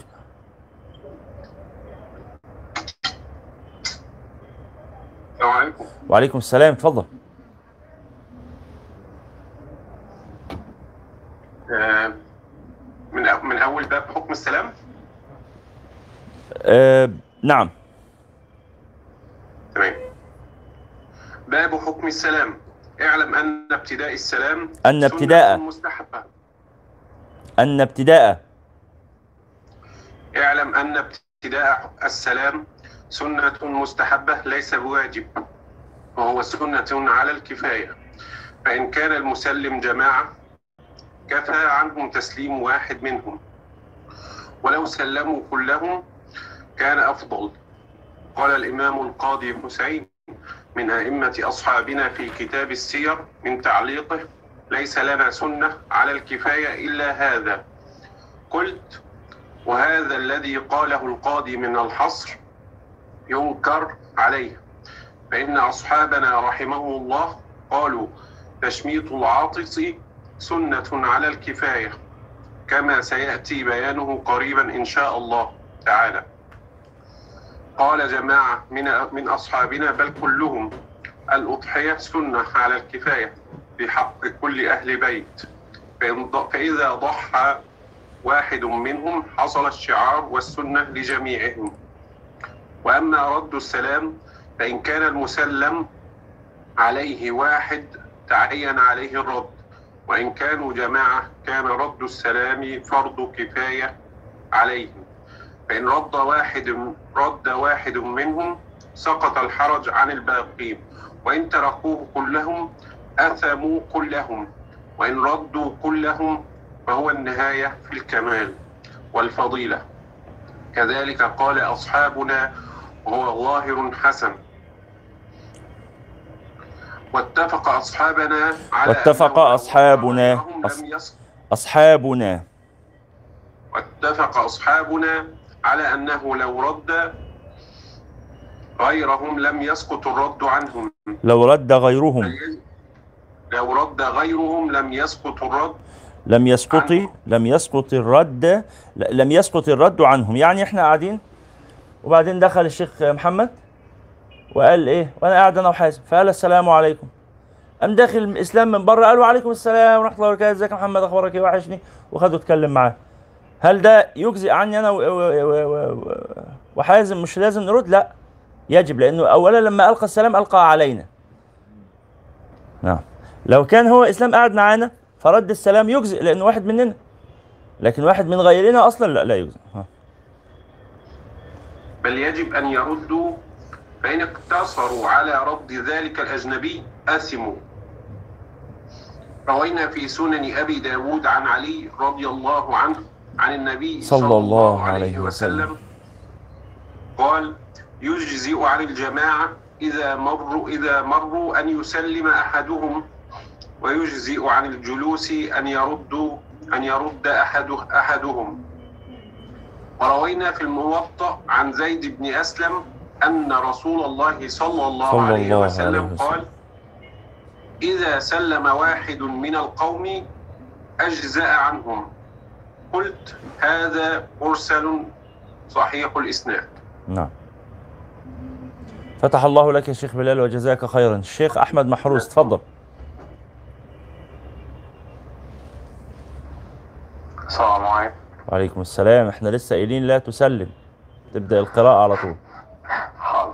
السلام عليكم. وعليكم السلام، اتفضل. آه من من اول باب حكم السلام. آه نعم. تمام. باب حكم السلام. اعلم ان ابتداء السلام ان ابتداء مستحبة. ان ابتداء اعلم ان ابتداء السلام سنة مستحبة ليس بواجب، وهو سنة على الكفاية. فإن كان المسلم جماعة كفى عنهم تسليم واحد منهم، ولو سلموا كلهم كان أفضل. قال الإمام القاضي حسين من أئمة أصحابنا في كتاب السير من تعليقه: ليس لنا سنة على الكفاية إلا هذا. قلت: وهذا الذي قاله القاضي من الحصر ينكر عليه، فإن أصحابنا رحمهم الله قالوا: تشميط العاطس سنة على الكفاية، كما سيأتي بيانه قريبا إن شاء الله تعالى. قال جماعة من من أصحابنا بل كلهم: الأضحية سنة على الكفاية بحق كل أهل بيت، فإذا ضحى واحد منهم حصل الشعار والسنة لجميعهم. وأما رد السلام فإن كان المسلم عليه واحد تعين عليه الرد، وإن كانوا جماعة كان رد السلام فرض كفاية عليهم. فإن رد واحد رد واحد منهم سقط الحرج عن الباقين، وإن تركوه كلهم أثموا كلهم، وإن ردوا كلهم فهو النهاية في الكمال والفضيلة. كذلك قال أصحابنا وهو ظاهر حسن. واتفق أصحابنا على واتفق أصحابنا أصحابنا واتفق أصحابنا على أنه لو رد غيرهم لم يسقط الرد عنهم. لو رد غيرهم لو رد غيرهم لم يسقط الرد لم يسقط لم يسقط الرد لم يسقط الرد عنهم. يعني احنا قاعدين وبعدين دخل الشيخ محمد وقال ايه، وانا قاعد انا وحازم، فقال السلام عليكم. قام داخل الاسلام من بره قال وعليكم السلام ورحمه الله وبركاته، ازيك يا محمد، اخبارك ايه، وحشني، وخده اتكلم معاه. هل ده يجزئ عني انا وحازم مش لازم نرد؟ لا، يجب، لانه اولا لما القى السلام القى علينا. نعم. لو كان هو اسلام قاعد معانا فرد السلام يجزئ لانه واحد مننا، لكن واحد من غيرنا اصلا لا لا يجزئ. ها. بل يجب ان يردوا، فان اقتصروا على رد ذلك الاجنبي اثموا. روينا في سنن ابي داود عن علي رضي الله عنه عن النبي صلى الله عليه وسلم قال: يجزئ عن الجماعة إذا مروا إذا مروا أن يسلم أحدهم، ويجزئ عن الجلوس أن يرد أن يرد أحد أحدهم. وروينا في الموطأ عن زيد بن أسلم أن رسول الله صلى الله صلى عليه الله وسلم عليه وسلم قال: إذا سلم واحد من القوم أجزأ عنهم. قلت: هذا مرسل صحيح الإسناد. نعم. فتح الله لك يا شيخ بلال وجزاك خيرا. الشيخ أحمد محروس تفضل. السلام عليكم. وعليكم السلام. احنا لسه قايلين لا تسلم، تبدأ القراءة على طول. حاضر.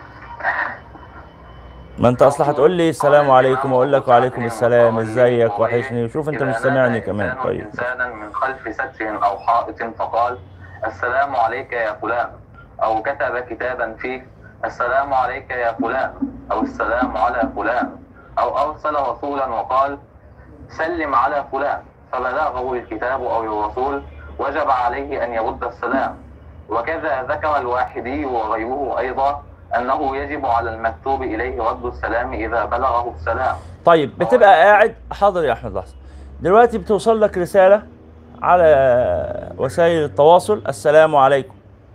ما انت اصلا هتقول لي السلام عليكم واقول لك وعليكم السلام، ازيك، وحشني، وشوف انت مش سامعني كمان. طيب. إنسانا من خلف ستر أو حائط فقال: السلام عليك يا فلان، أو كتب كتابا فيه: السلام عليك يا فلان، أو السلام على فلان، أو أرسل رسولا وقال: سلم على فلان، فبلغه الكتاب أو الرسول، وجب عليه أن يرد السلام. وكذا ذكر الواحدي وغيره أيضا أنه يجب على المكتوب إليه رد السلام إذا بلغه السلام. طيب، بتبقى قاعد حاضر يا أحمد لحظة، دلوقتي بتوصل لك رسالة على وسائل التواصل: السلام عليكم،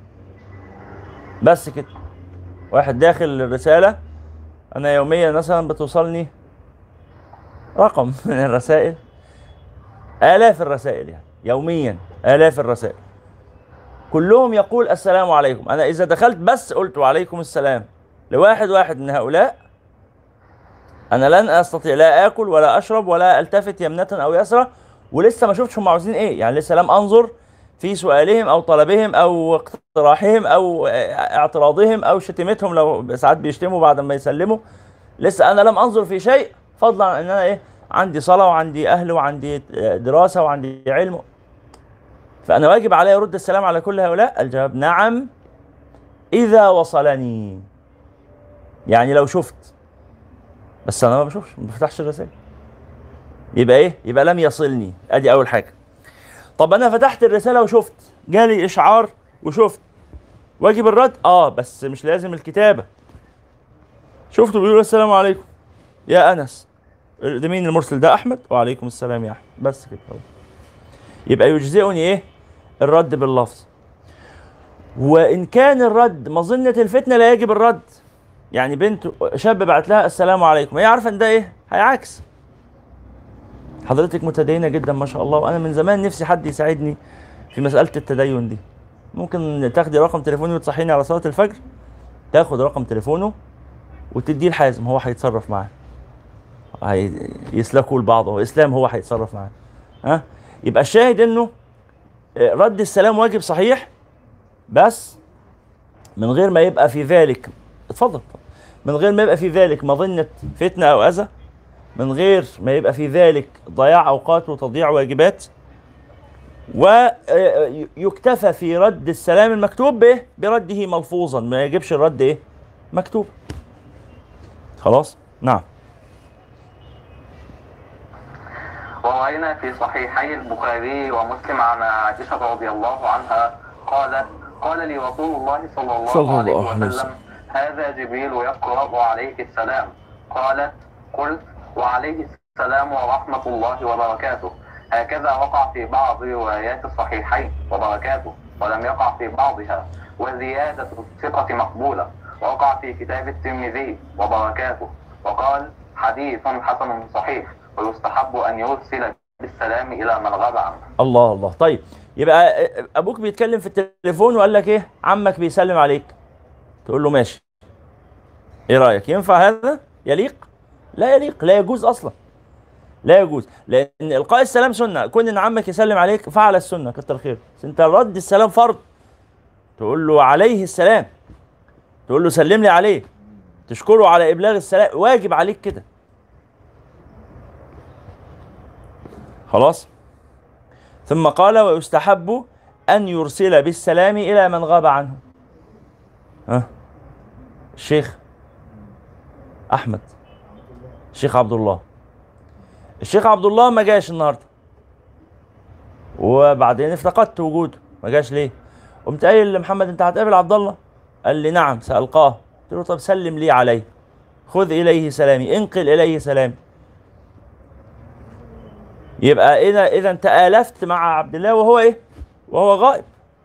بس كده. واحد داخل الرسالة، أنا يوميا مثلا بتوصلني رقم من الرسائل، آلاف الرسائل، يعني يوميا آلاف الرسائل، كلهم يقول السلام عليكم. أنا إذا دخلت بس قلت وعليكم السلام لواحد واحد من هؤلاء، أنا لن أستطيع لا آكل ولا أشرب ولا ألتفت يمنة أو يسرى، ولسه ما شفتش هم عاوزين إيه، يعني لسه لم أنظر في سؤالهم أو طلبهم أو اقتراحهم أو اعتراضهم أو شتمتهم، لو ساعات بيشتموا بعد ما يسلموا، لسه أنا لم أنظر في شيء، فضلا عن أن أنا إيه، عندي صلاة وعندي أهل وعندي دراسة وعندي علم، فأنا واجب علي أرد السلام على كل هؤلاء. الجواب نعم، إذا وصلني، يعني لو شفت، بس أنا ما بشوفش، ما بفتحش الرسائل، يبقى إيه؟ يبقى لم يصلني. أدي أول حاجة. طب أنا فتحت الرسالة وشفت، جالي إشعار وشفت، واجب الرد؟ آه، بس مش لازم الكتابة. شفته بيقول السلام عليكم يا أنس، ده مين المرسل؟ ده أحمد، وعليكم السلام يا أحمد، بس كده. يبقى يجزئني إيه؟ الرد باللفظ. وإن كان الرد مظنة الفتنة لا يجب الرد. يعني بنت شاب بعت لها السلام عليكم، هي عارفة إن ده إيه؟ هيعكس. حضرتك متدينة جدا ما شاء الله، وأنا من زمان نفسي حد يساعدني في مسألة التدين دي. ممكن تاخدي رقم تليفوني وتصحيني على صلاة الفجر، تاخد رقم تليفونه وتديه الحازم، هو هيتصرف معاه، هيسلكوا لبعض، هو اسلام، هو هيتصرف معاه. ها؟ يبقى الشاهد انه رد السلام واجب صحيح، بس من غير ما يبقى في ذلك، اتفضل، من غير ما يبقى في ذلك مظنة فتنة او اذى، من غير ما يبقى في ذلك ضياع اوقات وتضييع واجبات. ويكتفى في رد السلام المكتوب به برده ملفوظا، ما يجبش الرد ايه؟ مكتوب. خلاص؟ نعم. وروينا في صحيحي البخاري ومسلم عن عائشة رضي الله عنها قالت: قال لي رسول الله صلى الله, صلى عليه الله عليه وسلم: وسلم. هذا جبريل يقرأ عليك السلام. قالت: قلت: وعليه السلام ورحمة الله وبركاته. هكذا وقع في بعض روايات الصحيحين وبركاته، ولم يقع في بعضها. وزيادة الثقة مقبولة، وقع في كتاب الترمذي وبركاته، وقال: حديث حسن صحيح، ويستحب أن يرسل بالسلام إلى من غاب عنه. الله الله. طيب، يبقى أبوك بيتكلم في التليفون وقال لك إيه؟ عمك بيسلم عليك، تقول له ماشي. إيه رأيك؟ ينفع هذا؟ يليق؟ لا يليق، لا يجوز أصلا، لا يجوز، لأن إلقاء السلام سنة. كون إن عمك يسلم عليك فعل السنة، كتر خير، بس أنت رد السلام فرض. تقول له عليه السلام، تقول له سلم لي عليه، تشكره على إبلاغ السلام، واجب عليك كده. خلاص؟ ثم قال: ويستحب أن يرسل بالسلام إلى من غاب عنه. ها؟ الشيخ أحمد، الشيخ عبد الله، الشيخ عبد الله ما جاش النهارده، وبعدين افتقدت وجوده، ما جاش ليه؟ قمت قايل لمحمد: أنت هتقابل عبد الله؟ قال لي: نعم سألقاه. قلت له: طب سلم لي عليه، خذ إليه سلامي، انقل إليه سلامي. يبقى إذا إذا أنت آلفت مع عبد الله وهو إيه؟ وهو غائب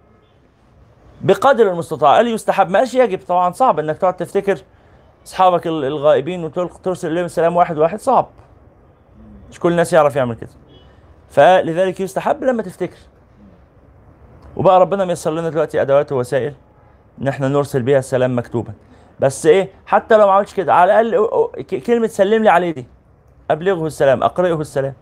بقدر المستطاع. قال يستحب، ما قالش يجب. طبعا صعب إنك تقعد تفتكر أصحابك الغائبين وترسل إليهم السلام واحد واحد، صعب، مش كل الناس يعرف يعمل كده. فلذلك يستحب لما تفتكر. وبقى ربنا ميسر لنا دلوقتي أدوات ووسائل إن إحنا نرسل بيها السلام مكتوبا. بس إيه؟ حتى لو ما عملتش كده، على الأقل كلمة سلم لي عليه دي، أبلغه السلام، أقرئه السلام.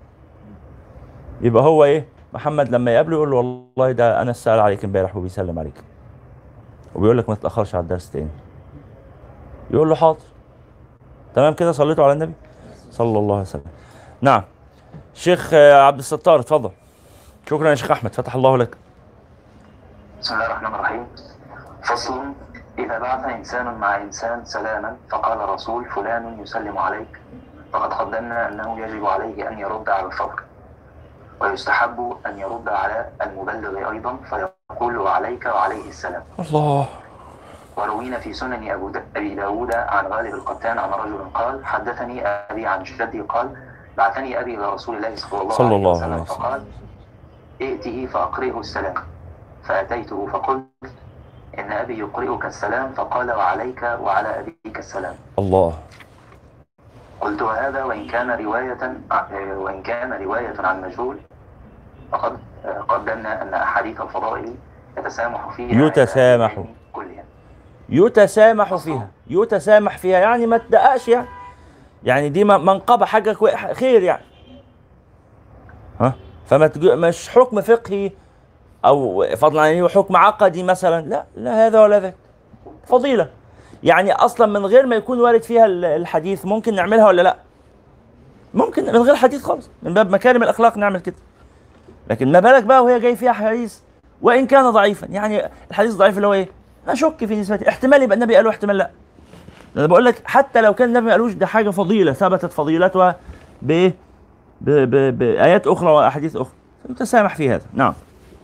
يبقى هو ايه؟ محمد لما يقابله يقول له: والله ده انا سأل عليك امبارح وبيسلم عليك، وبيقول لك ما تتاخرش على الدرس تاني. يقول له: حاضر. تمام كده؟ صليتوا على النبي صلى الله عليه وسلم. نعم. شيخ عبد الستار اتفضل. شكرا يا شيخ احمد، فتح الله لك. بسم الله الرحمن الرحيم. فصل: إذا بعث إنسان مع إنسان سلاما فقال رسول: فلان يسلم عليك، فقد قدمنا أنه يجب عليه أن يرد على الفور، ويستحب أن يرد على المبلغ أيضا فيقول: وعليك وعليه السلام. الله. وروينا في سنن أبي داود عن غالب القتان عن رجل قال: حدثني أبي عن جدي قال: بعثني أبي إلى رسول الله صلى الله, صلى عليه الله وسلم عليه وسلم فقال: ائته فأقرئه السلام. فأتيته فقلت: إن أبي يقرئك السلام. فقال: وعليك وعلى أبيك السلام. الله. قلت: وهذا وإن كان رواية وإن كان رواية عن مجهول، فقد قدمنا أن أحاديث الفضائل يتسامح فيها يتسامح كلها يتسامح فيها يتسامح فيها يعني ما تدققش، يعني يعني دي منقبة، حاجة خير يعني. ها؟ فما تجو... مش حكم فقهي أو فضلا عن حكم عقدي مثلا، لا لا هذا ولا ذاك، فضيلة يعني أصلا من غير ما يكون وارد فيها الحديث ممكن نعملها ولا لا؟ ممكن من غير حديث خالص، من باب مكارم الأخلاق نعمل كده. لكن ما بالك بقى وهي جاي فيها حديث وإن كان ضعيفا، يعني الحديث ضعيف اللي هو إيه؟ اشك في نسبته، احتمال يبقى النبي قاله احتمال لا. انا بقول لك حتى لو كان النبي ما قالوش، ده حاجه فضيله ثبتت فضيلتها بايه؟ بايات اخرى واحاديث اخرى، نتسامح في هذا. نعم.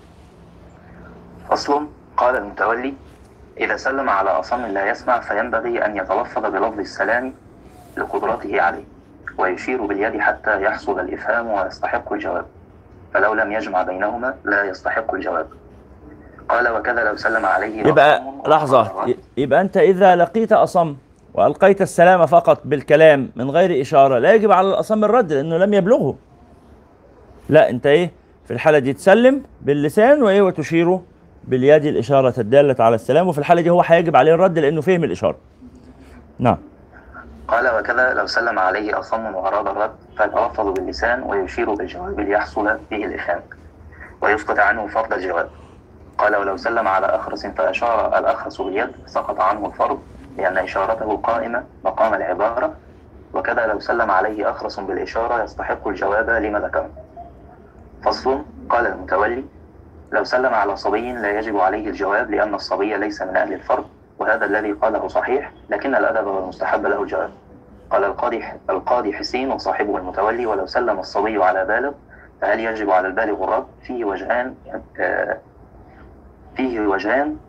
فصل. قال المتولي: إذا سلم على أصم لا يسمع فينبغي أن يتلفظ بلفظ السلام لقدرته عليه، ويشير باليد حتى يحصل الإفهام ويستحق الجواب، فلو لم يجمع بينهما لا يستحق الجواب. قال: وكذا لو سلم عليه يبقى لحظة، يبقى أنت إذا لقيت أصم وألقيت السلام فقط بالكلام من غير إشارة لا يجب على الأصم الرد لأنه لم يبلغه. لا، أنت إيه في الحالة دي تسلم باللسان وإيه وتشيره باليد الإشارة الدالة على السلام، وفي الحالة دي هو هيجب عليه الرد لأنه فهم الإشارة. نعم. قال: وكذا لو سلم عليه أصم وأراد الرد فيتلفظ باللسان ويشير بالجواب ليحصل به الإفهام ويسقط عنه فرض الجواب. قال: ولو سلم على أخرس فأشار الأخرس باليد سقط عنه الفرض لأن إشارته قائمة مقام العبارة، وكذا لو سلم عليه أخرس بالإشارة يستحق الجواب لما ذكر. فصل. قال المتولي: لو سلم على صبي لا يجب عليه الجواب لأن الصبي ليس من أهل الفرض، وهذا الذي قاله صحيح، لكن الأدب والمستحب له الجواب. قال القاضي القاضي حسين وصاحبه المتولي: ولو سلم الصبي على بالغ فهل يجب على البالغ الرد؟ فيه وجهان آه فيه وجهان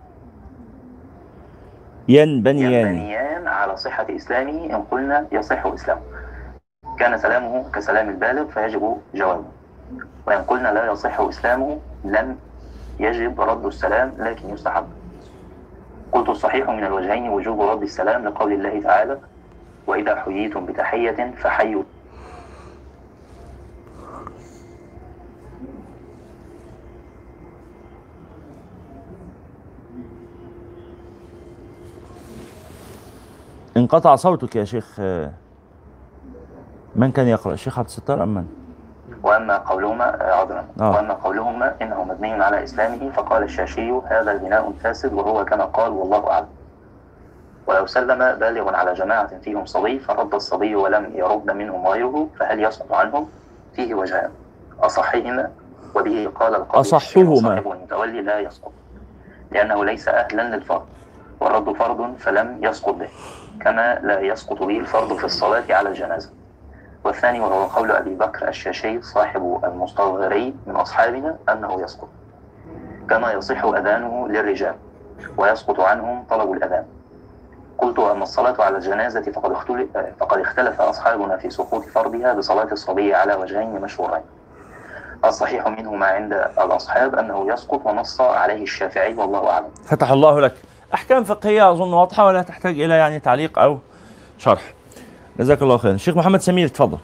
ينبنيان ينبنيان على صحة إسلامه. إن قلنا يصح إسلامه كان سلامه كسلام البالغ فيجب جوابه، وإن قلنا لا يصح إسلامه لم يجب رد السلام لكن يستحب. قلت الصحيح من الوجهين وجوب رد السلام لقول الله تعالى: وإذا حييتم بتحية فحيوا. انقطع صوتك يا شيخ. من كان يقرأ؟ الشيخ عبد الستار أم من؟ وأما قولهما عذرا آه. وأما قولهما إنه مبني على إسلامه فقال الشاشي: هذا البناء فاسد وهو كما قال والله أعلم. ولو سلم بالغ على جماعة فيهم صبي فرد الصبي ولم يرد منهم غيره فهل يسقط عنهم؟ فيه وجهان أصحهما، وبه قال القاضي أصحهما صاحب المتولي: لا يسقط لأنه ليس أهلا للفرض، والرد فرض فلم يسقط به، كما لا يسقط به الفرض في الصلاة على الجنازة. والثاني وهو قول أبي بكر الشاشي صاحب المستصغري من أصحابنا أنه يسقط، كما يصح أذانه للرجال ويسقط عنهم طلب الأذان. قلت: أما الصلاة على الجنازة فقد اختلف, فقد اختلف أصحابنا في سقوط فرضها بصلاة الصبي على وجهين مشهورين. الصحيح منهما عند الأصحاب أنه يسقط ونص عليه الشافعي والله أعلم. فتح الله لك. أحكام فقهية أظن واضحة ولا تحتاج إلى يعني تعليق أو شرح. جزاك الله خير. الشيخ محمد سمير تفضل.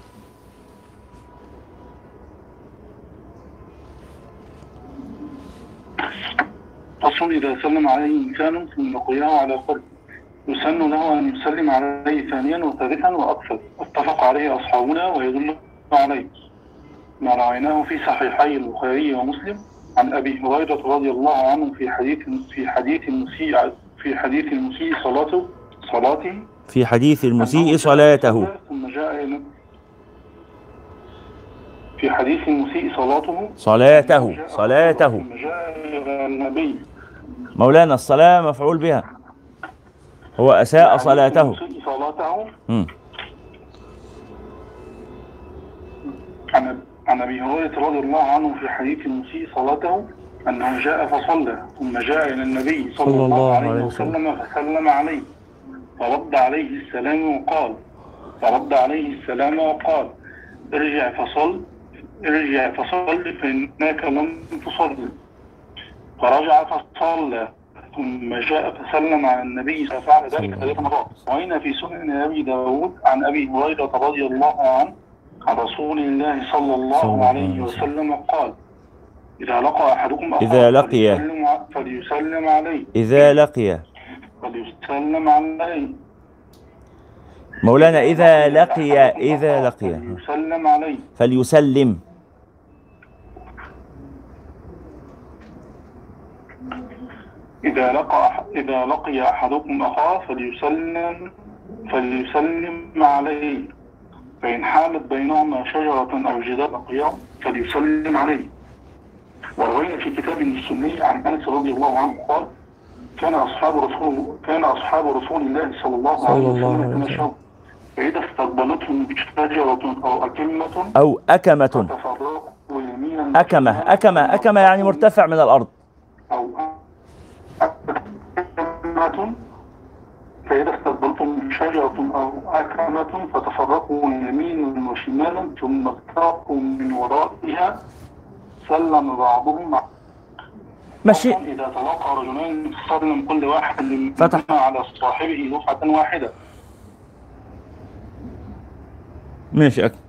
فصل. إذا سلم عليه إنسان ثم لقيه على قلب يسن له أن يسلم عليه ثانيا وثالثا وأكثر، اتفق عليه أصحابنا ويدل عليه ما رأيناه في صحيحي البخاري ومسلم عن أبي هريرة رضي الله عنه في حديث في حديث المسيء في حديث المسيء صلاته صلاته في حديث المسيء صلاته ثم جاء في حديث المسيء صلاته صلاته صلاته ثم جاء إلى النبي. مولانا الصلاة مفعول بها، هو أساء صلاته. صلاته م. عن عن أبي هريرة رضي الله عنه في حديث المسيء صلاته أنه جاء فصلى ثم جاء إلى النبي صلى الله عليه وسلم فسلم عليه فرد عليه السلام وقال فرد عليه السلام وقال ارجع فصل ارجع فصل فإنك لم تصلي. فرجع فصلى ثم جاء فسلم على النبي ففعل ذلك ثلاث مرات. وهنا في سنن أبي داود عن أبي هريرة رضي الله عنه عن رسول الله صلى الله عليه وسلم قال: إذا لقى أحدكم أخاه إذا لقي فليسلم عليه إذا لقي فليسلم عليه مولانا إذا لقي إذا لقي فليسلم عليه فليسلم إذا لقى إذا لقي أحدكم أخاه فليسلم فليسلم عليه، فإن حالت بينهما شجرة أو جدار لقياه فليسلم عليه. وروينا في كتاب السني عن أنس رضي الله عنه قال: كان أصحاب رسول كان أصحاب رسول الله صلى الله عليه وسلم يتمشون فإذا استقبلتهم شجرة أو أكمة أو أكمة فتفرقوا يمينا أكمة أكمة أكمة يعني مرتفع من الأرض. أو أكمة فإذا استقبلتم شجرة أو أكمة فتفرقوا يمينا وشمالا ثم اتقوا من ورائها سلم بعضهم ماشي. إذا تلقى رجلان سلم كل واحد فتح على صاحبه دفعة واحدة. ماشي. أك...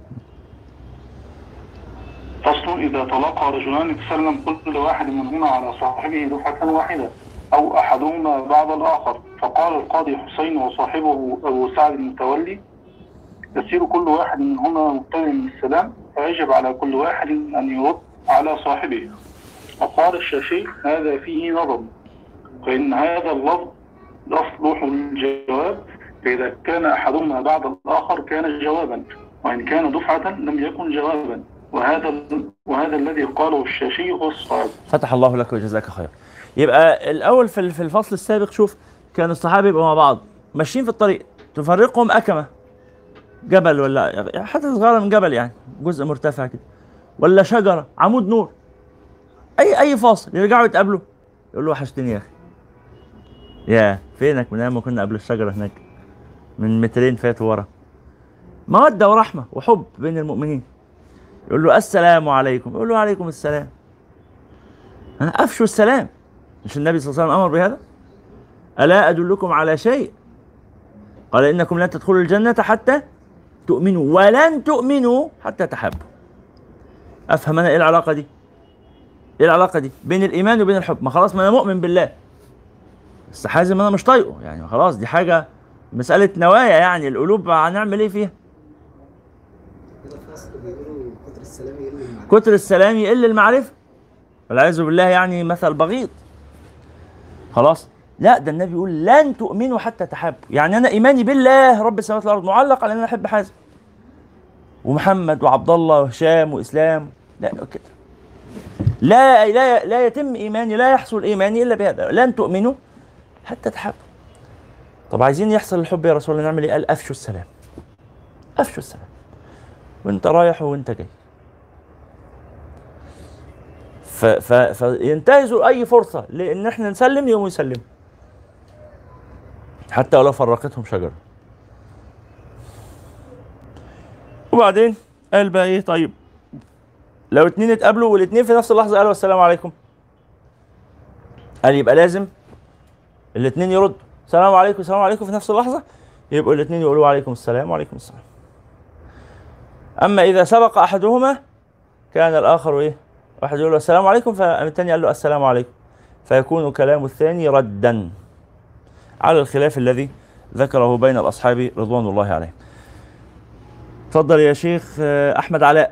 فصل إذا تلقى رجلان سلم كل واحد منهما على صاحبه دفعة واحدة أو أحدهما بعد الآخر. فقال القاضي حسين وصاحبه أبو سعد المتولي يسير كل واحد منهما مبتدئ بالسلام فيجب على كل واحد أن يرد على صاحبه. وقال الشافعي هذا فيه نظر فإن هذا اللفظ يصلح للجواب فإذا كان أحدهما بعد الآخر كان جوابا وإن كان دفعة لم يكن جوابا وهذا وهذا الذي قاله الشافعي هو الصواب. فتح الله لك وجزاك خير. يبقى الأول في في الفصل السابق شوف كان الصحابة يبقوا مع بعض ماشيين في الطريق تفرقهم أكمة جبل ولا حتى صغيرة من جبل يعني جزء مرتفع كده ولا شجرة عمود نور أي أي فاصل يرجعوا يتقابلوا يقول له وحشتني يا أخي يا فينك من أيام ما كنا قبل الشجرة هناك من مترين فاتوا ورا. مودة ورحمة وحب بين المؤمنين. يقول له السلام عليكم يقول له عليكم السلام. أنا أفشوا السلام. مش النبي صلى الله عليه وسلم أمر بهذا؟ ألا أدلكم على شيء قال إنكم لن تدخلوا الجنة حتى تؤمنوا ولن تؤمنوا حتى تحبوا. أفهم أنا إيه العلاقة دي؟ إيه العلاقة دي بين الإيمان وبين الحب؟ ما خلاص ما أنا مؤمن بالله بس حازم أنا مش طايقه يعني خلاص دي حاجة مسألة نوايا يعني القلوب هنعمل إيه فيها؟ كتر السلام يقل المعرفة. كتر السلام يقل المعرفة والعياذ بالله يعني مثل بغيض. خلاص لا ده النبي يقول لن تؤمنوا حتى تحبوا يعني أنا إيماني بالله رب السماوات والأرض معلق على أن أنا أحب حازم ومحمد وعبد الله وهشام وإسلام. لا كده لا لا لا يتم إيماني لا يحصل إيماني إلا بهذا لن تؤمنوا حتى تحبوا. طب عايزين يحصل الحب يا رسول الله نعمل إيه؟ قال أفشوا السلام. أفشوا السلام وأنت رايح وأنت جاي. ف ف فينتهزوا أي فرصة لأن إحنا نسلم يوم يسلموا حتى ولو فرقتهم شجرة. وبعدين قال بقى إيه طيب لو اتنين اتقابلوا والاتنين في نفس اللحظة قالوا السلام عليكم قال يبقى لازم الاتنين يردوا السلام عليكم السلام عليكم في نفس اللحظة يبقوا الاتنين يقولوا عليكم السلام وعليكم السلام. أما إذا سبق أحدهما كان الآخر إيه واحد يقول له السلام عليكم فالثاني قال له السلام عليكم فيكون كلام الثاني ردا على الخلاف الذي ذكره بين الأصحاب رضوان الله عليهم. تفضل يا شيخ أحمد علاء.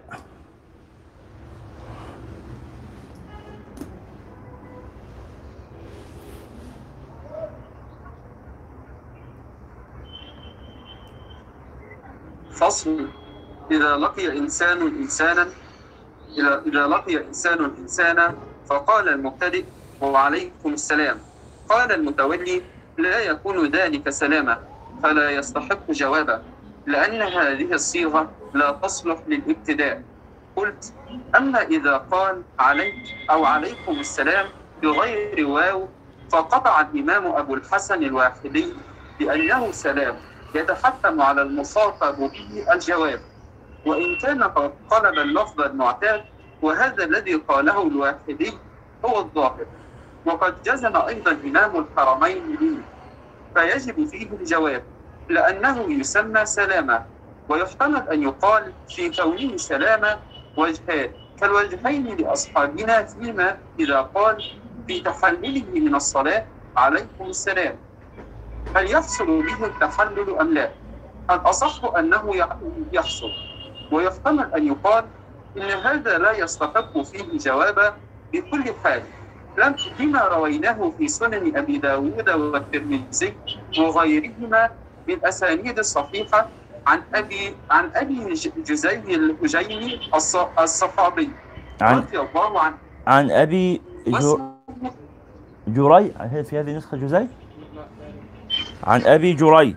فصل إذا لقي إنسان إنسانا إذا إذا لقي إنسان إنسانا فقال المبتدئ وعليكم السلام قال المتولي لا يكون ذلك سلاما فلا يستحق جوابا لأن هذه الصيغة لا تصلح للابتداء. قلت أما إذا قال عليك أو عليكم السلام بغير واو فقطع الإمام أبو الحسن الواحدي بأنه سلام يتحتم على المخاطب به الجواب وإن كان قد قلب اللفظ المعتاد وهذا الذي قاله الواحدي هو الظاهر وقد جزم أيضا إمام الحرمين به فيجب فيه الجواب لأنه يسمى سلاما ويحتمل أن يقال في كونه سلاما وجهان كالوجهين لأصحابنا فيما إذا قال في تحلله من الصلاة عليكم السلام هل يحصل به التحلل أم لا؟ الأصح أنه يحصل ويحتمل أن يقال إن هذا لا يستحق فيه جوابا بكل حال لما رويناه في سنن أبي داود والترمذي وغيرهما من أسانيد الصحيحة عن أبي عن أبي جزي الهجيمي الصحابي عن رضي الله عنه عن أبي جو جري، في هذه النسخة جزي؟ عن أبي جري.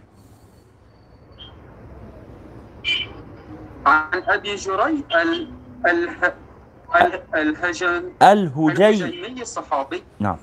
عن أبي جري ال ال ال الهجن الهجي الهجيمي الصحابي. نعم.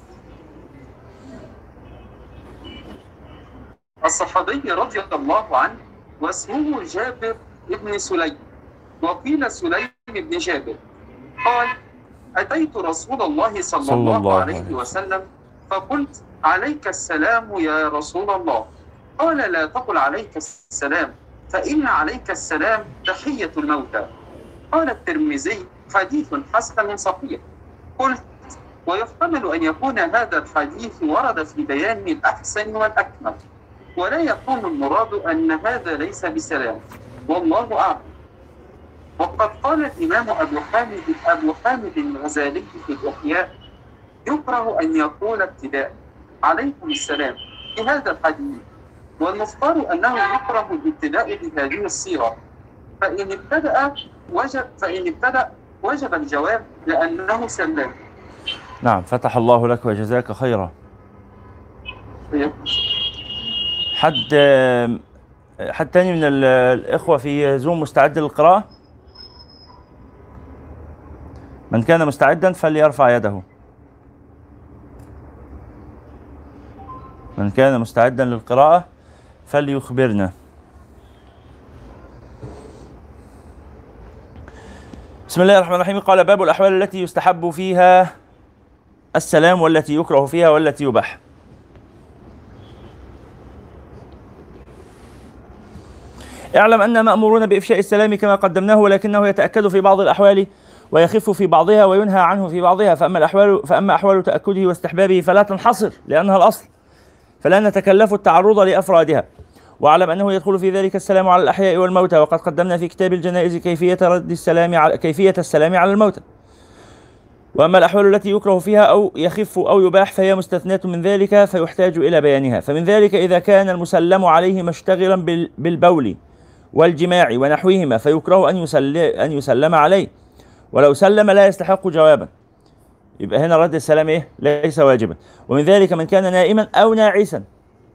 الصحابي رضي الله عنه واسمه جابر بن سليم، وقيل سليم بن جابر، قال: أتيت رسول الله صلى, صلى الله, الله عليه, عليه وسلم فقلت: عليك السلام يا رسول الله. قال: لا تقل عليك السلام، فإن عليك السلام تحية الموتى. قال الترمذي: حديث حسن صحيح. قلت: ويحتمل أن يكون هذا الحديث ورد في بيان الأحسن والأكمل، ولا يكون المراد أن هذا ليس بسلام، والله أعلم. وقد قال الإمام أبو حامد أبو حامد الغزالي في الإحياء: يكره أن يقول ابتداء عليكم السلام في هذا الحديث، والمختار أنه يكره الابتداء بهذه الصيغة، فإن ابتدأ وجب فإن ابتدأ وجب الجواب لأنه سلام. نعم، فتح الله لك وجزاك خيرا. حد حد تاني من الإخوة في زوم مستعد للقراءة؟ من كان مستعدا فليرفع يده. من كان مستعدا للقراءة فليخبرنا. بسم الله الرحمن الرحيم. قال: باب الأحوال التي يستحب فيها السلام والتي يكره فيها والتي يباح. اعلم أن مأمورون بإفشاء السلام كما قدمناه، ولكنه يتأكد في بعض الأحوال ويخف في بعضها وينهى عنه في بعضها، فأما الأحوال فأما أحوال تأكده واستحبابه فلا تنحصر لأنها الأصل، فلا نتكلف التعرض لأفرادها. واعلم أنه يدخل في ذلك السلام على الأحياء والموتى، وقد قدمنا في كتاب الجنائز كيفية رد السلام على كيفية السلام على الموتى. وأما الأحوال التي يكره فيها أو يخف أو يباح فهي مستثناة من ذلك، فيحتاج إلى بيانها. فمن ذلك إذا كان المسلم عليه مشتغلا بالبول والجماع ونحوهما فيكره أن يسلم, أن يسلم عليه، ولو سلم لا يستحق جوابا، يبقى هنا رد السلام إيه؟ ليس واجبا. ومن ذلك من كان نائما أو ناعسا،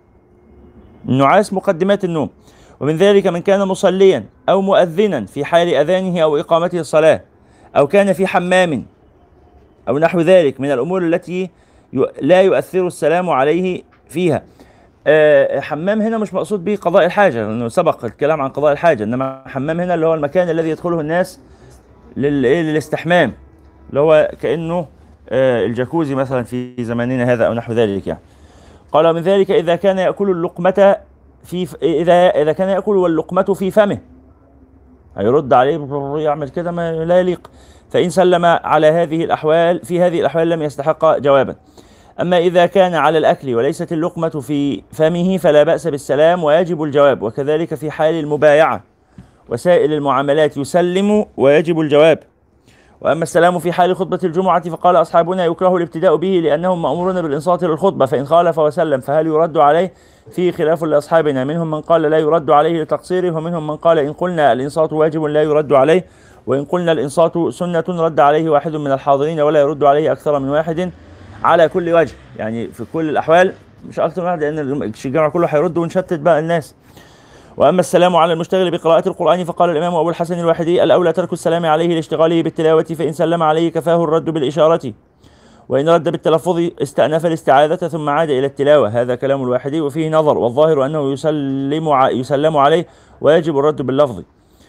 النعاس مقدمات النوم. ومن ذلك من كان مصليا أو مؤذنا في حال أذانه أو إقامته الصلاة، أو كان في حمام أو نحو ذلك من الأمور التي لا يؤثر السلام عليه فيها. أه حمام هنا مش مقصود به قضاء الحاجة، لأنه سبق الكلام عن قضاء الحاجة، إنما حمام هنا اللي هو المكان الذي يدخله الناس للاستحمام، اللي هو كأنه أه الجاكوزي مثلا في زماننا هذا أو نحو ذلك يعني. قال: من ذلك إذا كان يأكل اللقمة في إذا إذا كان يأكل واللقمة في فمه، هيرد عليه يعمل كده ما لا يليق، فإن سلم على هذه الأحوال في هذه الأحوال لم يستحق جوابا. أما إذا كان على الأكل وليست اللقمة في فمه فلا بأس بالسلام ويجب الجواب، وكذلك في حال المبايعة وسائر المعاملات يسلم ويجب الجواب. وأما السلام في حال خطبة الجمعة فقال أصحابنا يكره الابتداء به لأنهم مأمورون بالإنصات للخطبة، فإن خالف وسلم فهل يرد عليه؟ فيه خلاف لأصحابنا، منهم من قال لا يرد عليه لتقصيره، ومنهم من قال إن قلنا الإنصات واجب لا يرد عليه، وإن قلنا الإنصات سنة رد عليه واحد من الحاضرين ولا يرد عليه أكثر من واحد على كل وجه، يعني في كل الأحوال مش أكثر من واحد، لأن الجمع كله هيرد ونشتت بقى الناس. وأما السلام على المشتغل بقراءة القرآن فقال الإمام أبو الحسن الواحدي: الأولى ترك السلام عليه لاشتغاله بالتلاوة، فإن سلم عليه كفاه الرد بالإشارة، وإن رد بالتلفظ استأنف الاستعاذة ثم عاد إلى التلاوة. هذا كلام الواحدي وفيه نظر، والظاهر أنه يسلم يسلم عليه ويجب الرد باللفظ.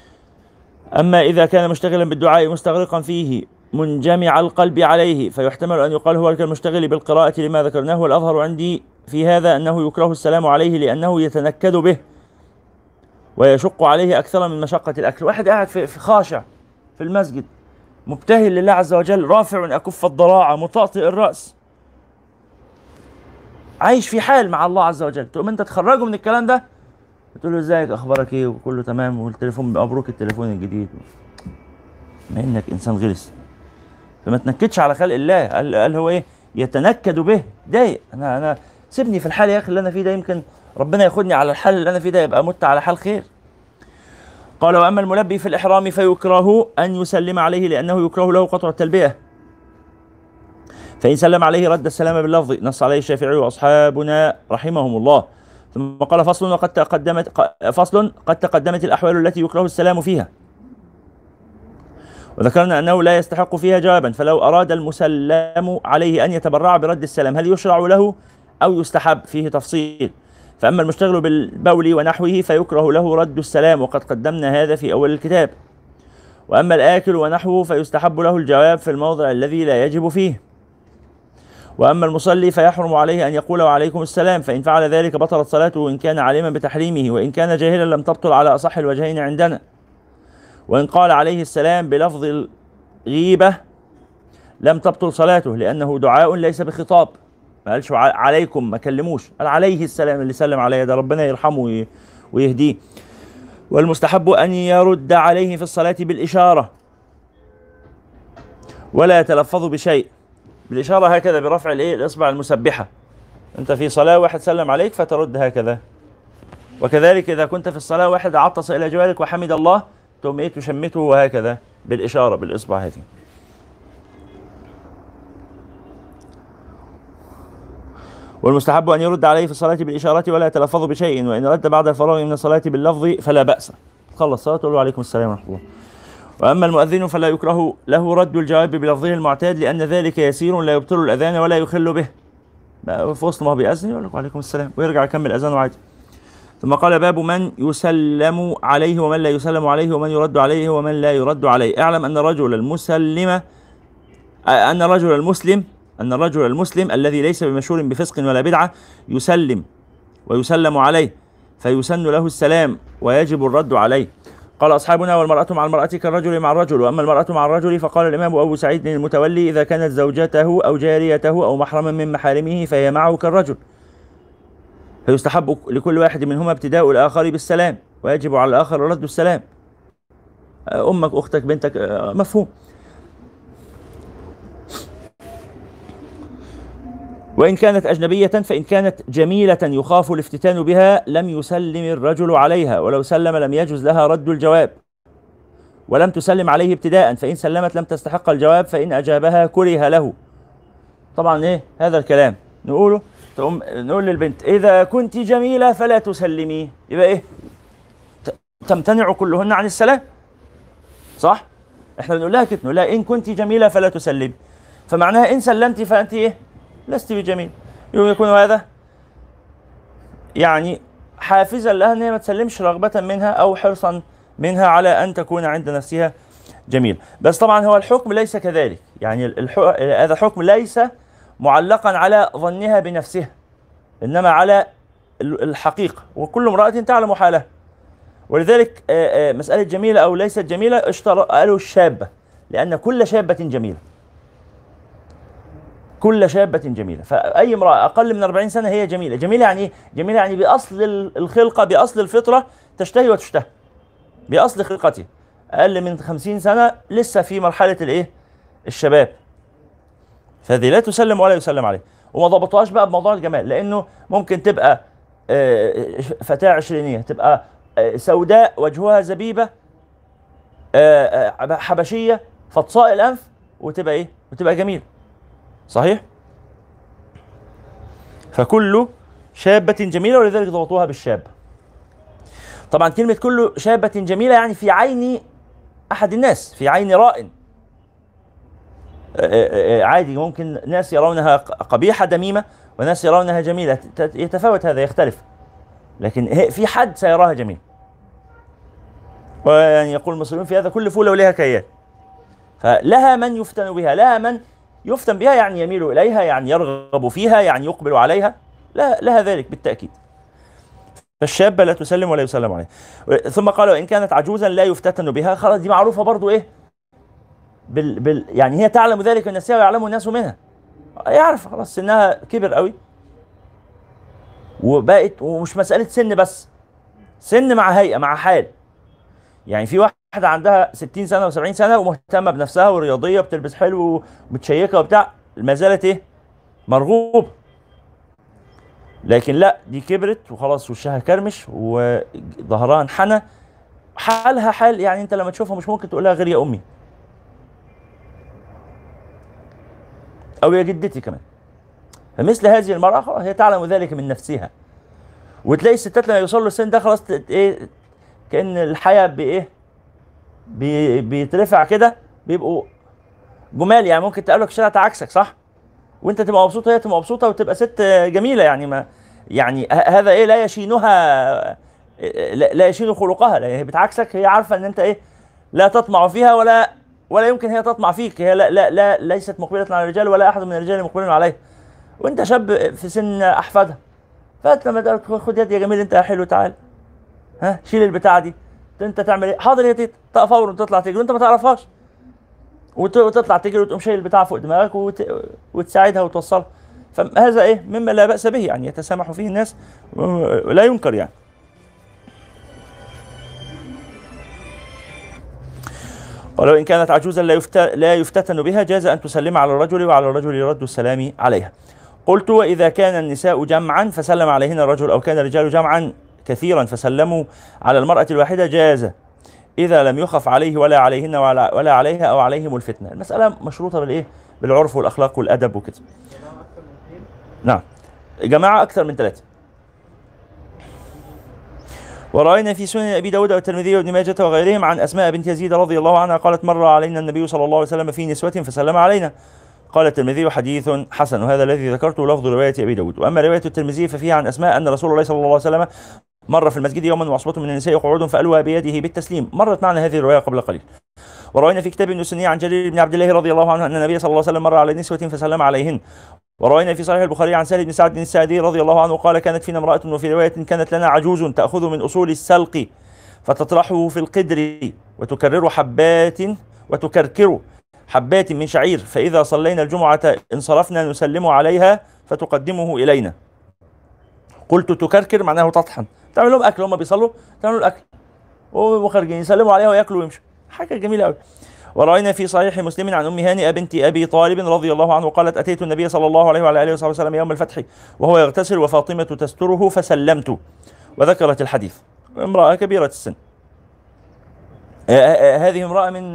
أما إذا كان مشتغلا بالدعاء مستغرقا فيه منجمع القلب عليه فيحتمل أن يقال هو كالمشتغل بالقراءة لما ذكرناه، والأظهر عندي في هذا أنه يكره السلام عليه لأنه يتنكد به ويشق عليه أكثر من مشقة الأكل. واحد قاعد في خاشع في المسجد مبتهل لله عز وجل، رافع أكف الضراعة مطأطئ الرأس، عايش في حال مع الله عز وجل، تقوم أنت تخرجه من الكلام ده تقول له ازيك أخبارك إيه وكله تمام والتليفون مبروك التليفون الجديد، ما إنك إنسان غلس. فما تنكدش على خلق الله. قال, قال هو إيه؟ يتنكد به، ضايق، أنا أنا سيبني في الحال يا أخي اللي أنا فيه ده، يمكن ربنا ياخدني على الحال اللي أنا فيه ده يبقى مت على حال خير. قال: وأما الملبي في الإحرام فيكره أن يسلم عليه لأنه يكره له قطع التلبية، فإن سلم عليه رد السلام باللفظ، نص عليه الشافعي وأصحابنا رحمهم الله. ثم قال فصل وقد تقدمت فصل قد تقدمت الأحوال التي يكره السلام فيها، وذكرنا أنه لا يستحق فيها جوابا، فلو أراد المسلم عليه أن يتبرع برد السلام هل يشرع له أو يستحب؟ فيه تفصيل. فأما المشتغل بالبول ونحوه فيكره له رد السلام، وقد قدمنا هذا في أول الكتاب. وأما الآكل ونحوه فيستحب له الجواب في الموضع الذي لا يجب فيه. وأما المصلي فيحرم عليه أن يقول وعليكم السلام، فإن فعل ذلك بطلت صلاته إن كان عالما بتحريمه، وإن كان جاهلا لم تبطل على أصح الوجهين عندنا. وإن قال عليه السلام بلفظ الغيبة لم تبطل صلاته، لأنه دعاء ليس بخطاب، ما قالش عليكم، ما كلموش، قال عليه السلام، اللي سلم عليه ده ربنا يرحمه ويهديه. والمستحب أن يرد عليه في الصلاة بالإشارة ولا يتلفظ بشيء، بالإشارة هكذا برفع الإيه الإصبع المسبحة. أنت في صلاة واحد سلم عليك فترد هكذا، وكذلك إذا كنت في الصلاة واحد عطس إلى جوارك وحمد الله تقوم إيه تشمته وهكذا بالإشارة بالإصبع هذه. والمستحب أن يرد عليه في الصلاة بالإشارة ولا يتلفظ بشيء، وإن رد بعد الفراغ من الصلاة باللفظ فلا بأس، خلص صلاة تقول له عليكم السلام ورحمة الله. وأما المؤذن فلا يكره له رد الجواب بلفظه المعتاد، لأن ذلك يسير لا يبطل الأذان ولا يخل به. بقى في وسط ما هو بيأذن يقول لك وعليكم السلام ويرجع يكمل أذانه عادي. ثم قال باب من يسلم عليه ومن لا يسلم عليه ومن يرد عليه ومن لا يرد عليه. اعلم أن الرجل المسلم أن الرجل المسلم أن الرجل المسلم الذي ليس بمشهور بفسق ولا بدعة يسلم ويسلم عليه، فيسن له السلام ويجب الرد عليه. قال أصحابنا والمرأة مع المرأة كالرجل مع الرجل، وأما المرأة مع الرجل فقال الإمام أبو سعيد المتولي إذا كانت زوجته أو جاريته أو محرما من محارمه فهي معه كالرجل، فيستحب لكل واحد منهما ابتداء الآخر بالسلام، ويجب على الآخر رد السلام. أمك أختك بنتك مفهوم. وإن كانت أجنبية فإن كانت جميلة يخاف الافتتان بها لم يسلم الرجل عليها، ولو سلم لم يجوز لها رد الجواب، ولم تسلم عليه ابتداء، فإن سلمت لم تستحق الجواب، فإن أجابها كره له. طبعا إيه هذا الكلام نقوله، تقوم نقول للبنت إذا كنت جميلة فلا تسلمي، يبقى إيه تمتنع كلهن عن السلام، صح؟ إحنا بنقول لها كده، نقول لها إن كنت جميلة فلا تسلمي، فمعناها إن سلمت فأنت إيه لست بجميل. يكون هذا يعني حافزا لها ان هي ما تسلمش رغبة منها او حرصا منها على ان تكون عند نفسها جميل. بس طبعا هو الحكم ليس كذلك، يعني هذا حكم ليس معلقا على ظنها بنفسها، انما على الحقيقة، وكل امرأة تعلم حالها. ولذلك مسألة جميلة او ليست جميلة اشترى قالوا الشابة، لان كل شابة جميلة، كل شابة جميلة، فأي امرأة أقل من أربعين سنة هي جميلة. جميلة يعني إيه؟ جميلة يعني بأصل الخلقة، بأصل الفطرة تشتهي وتشتهى، بأصل خلقتها. أقل من خمسين سنة لسه في مرحلة الإيه؟ الشباب، فهذه لا تسلم ولا يسلم عليه. وما ضبطوهاش بقى بموضوع الجمال، لأنه ممكن تبقى فتاة عشرينية، تبقى سوداء وجهها زبيبة حبشية فطساء الأنف، وتبقى إيه؟ وتبقى جميلة، صحيح؟ فكل شابة جميلة، ولذلك ضبطوها بالشاب. طبعا كلمة كل شابة جميلة يعني في عين أحد الناس، في عين رائن. عادي ممكن ناس يرونها قبيحة دميمة وناس يرونها جميلة، يتفاوت هذا، يختلف، لكن في حد سيراها جميل. ويعني يقول المصريون في هذا كل فولة ولها كيان. فلها من يفتن بها، لها من يفتن بها يعني يميل إليها، يعني يرغب فيها، يعني يقبل عليها، لا لها ذلك بالتأكيد. فالشابة لا تسلم ولا يسلم عليها. ثم قال وإن كانت عجوزا لا يفتتن بها، خلاص دي معروفة برضو إيه بال بال يعني هي تعلم ذلك الناس ويعلم الناس منها، يعرف خلاص سنها كبر قوي وبقت، ومش مسألة سن بس، سن مع هيئة مع حال. يعني في واحدة عندها ستين سنة وسبعين سنة ومهتمة بنفسها ورياضية بتلبس حلو ومتشيكة وبتاع، ما زالت ايه مرغوب. لكن لا دي كبرت وخلاص وشها كرمش وظهرها انحنى، حالها حال يعني انت لما تشوفها مش ممكن تقول لها غير يا امي. او يا جدتي كمان. فمثل هذه المراه خلاص هي تعلم ذلك من نفسها. وتلاقي الستات لما يوصلوا للسن ده خلاص ايه، كأن الحياه بايه بي بيترفع كده، بيبقوا جمال. يعني ممكن تقابلك شارع عكسك صح، وانت تبقى مبسوط وهي تبقى مبسوطه وتبقى ست جميله. يعني ما يعني هذا ايه لا يشينها، لا يشين خلقها، هي بتعكسك، هي عارفه ان انت ايه لا تطمع فيها ولا ولا يمكن هي تطمع فيك. هي لا لا, لا ليست مقبله على الرجال ولا احد من الرجال مقبل عليها، وانت شاب في سن احفادها. فانت لما تقول خد يد يا جميل انت يا حلو تعال، ها شيل البتاعه دي، انت تعمل ايه؟ حاضر يا تيتا، فورا تطلع تجري وانت ما تعرفهاش، وتطلع تجري وتقوم شايل البتاع فوق دماغك وت... وتساعدها وتوصلها. فهذا ايه مما لا باس به، يعني يتسامح فيه الناس لا ينكر يعني. ولو ان كانت عجوزا لا, يفت... لا يفتتن بها جاز ان تسلم على الرجل وعلى الرجل يرد السلام عليها. قلت واذا كان النساء جمعا فسلم عليهن الرجل، او كان الرجال جمعا كثيرا فسلموا على المرأة الواحدة جاز، إذا لم يخف عليه ولا عليهن ولا, ولا عليها أو عليهم الفتنة. المسألة مشروطة بالإيه؟ بالعرف والأخلاق والأدب وكده. نعم، جماعة أكثر من ثلاثة. ورأينا في سنن أبي داود والترمذي وابن ماجة وغيرهم عن أسماء بنت يزيد رضي الله عنها قالت مر علينا النبي صلى الله عليه وسلم في نسوة فسلم علينا. قال الترمذي حديث حسن، وهذا الذي ذكرته لفظ رواية أبي داود. وأما رواية الترمذي ففيها عن أسماء أن رسول الله صلى الله عليه وسلم مر في المسجد يوما وعصبة من النساء قعود فألوى بيده بالتسليم. مرت معنا هذه الرواية قبل قليل. وروينا في كتاب ابن سني عن جرير بن عبد الله رضي الله عنه أن النبي صلى الله عليه وسلم مر على نسوة فسلم عليهن. وروينا في صحيح البخاري عن سهل بن سعد الساعدي رضي الله عنه قال كانت فينا امرأة، وفي رواية كانت لنا عجوز تأخذ من أصول السلق فتطرحه في القدر وتكرر حبات وتكركر حبات من شعير، فإذا صلينا الجمعة انصرفنا نسلم عليها فتقدمه إلينا. قلت تكركر معناه تطحن، تعمل لهم أكل، هم بيصلوا تعملوا الأكل وخارجين يسلموا عليها ويأكلوا ويمشوا، حاجة جميلة أوي. ورأينا في صحيح مسلم عن أم هانئة بنت أبي طالب رضي الله عنه قالت أتيت النبي صلى الله عليه وعلى آله وصحبه وسلم يوم الفتح وهو يغتسل وفاطمة تستره فسلمت، وذكرت الحديث. امرأة كبيرة السن. هذه امرأة من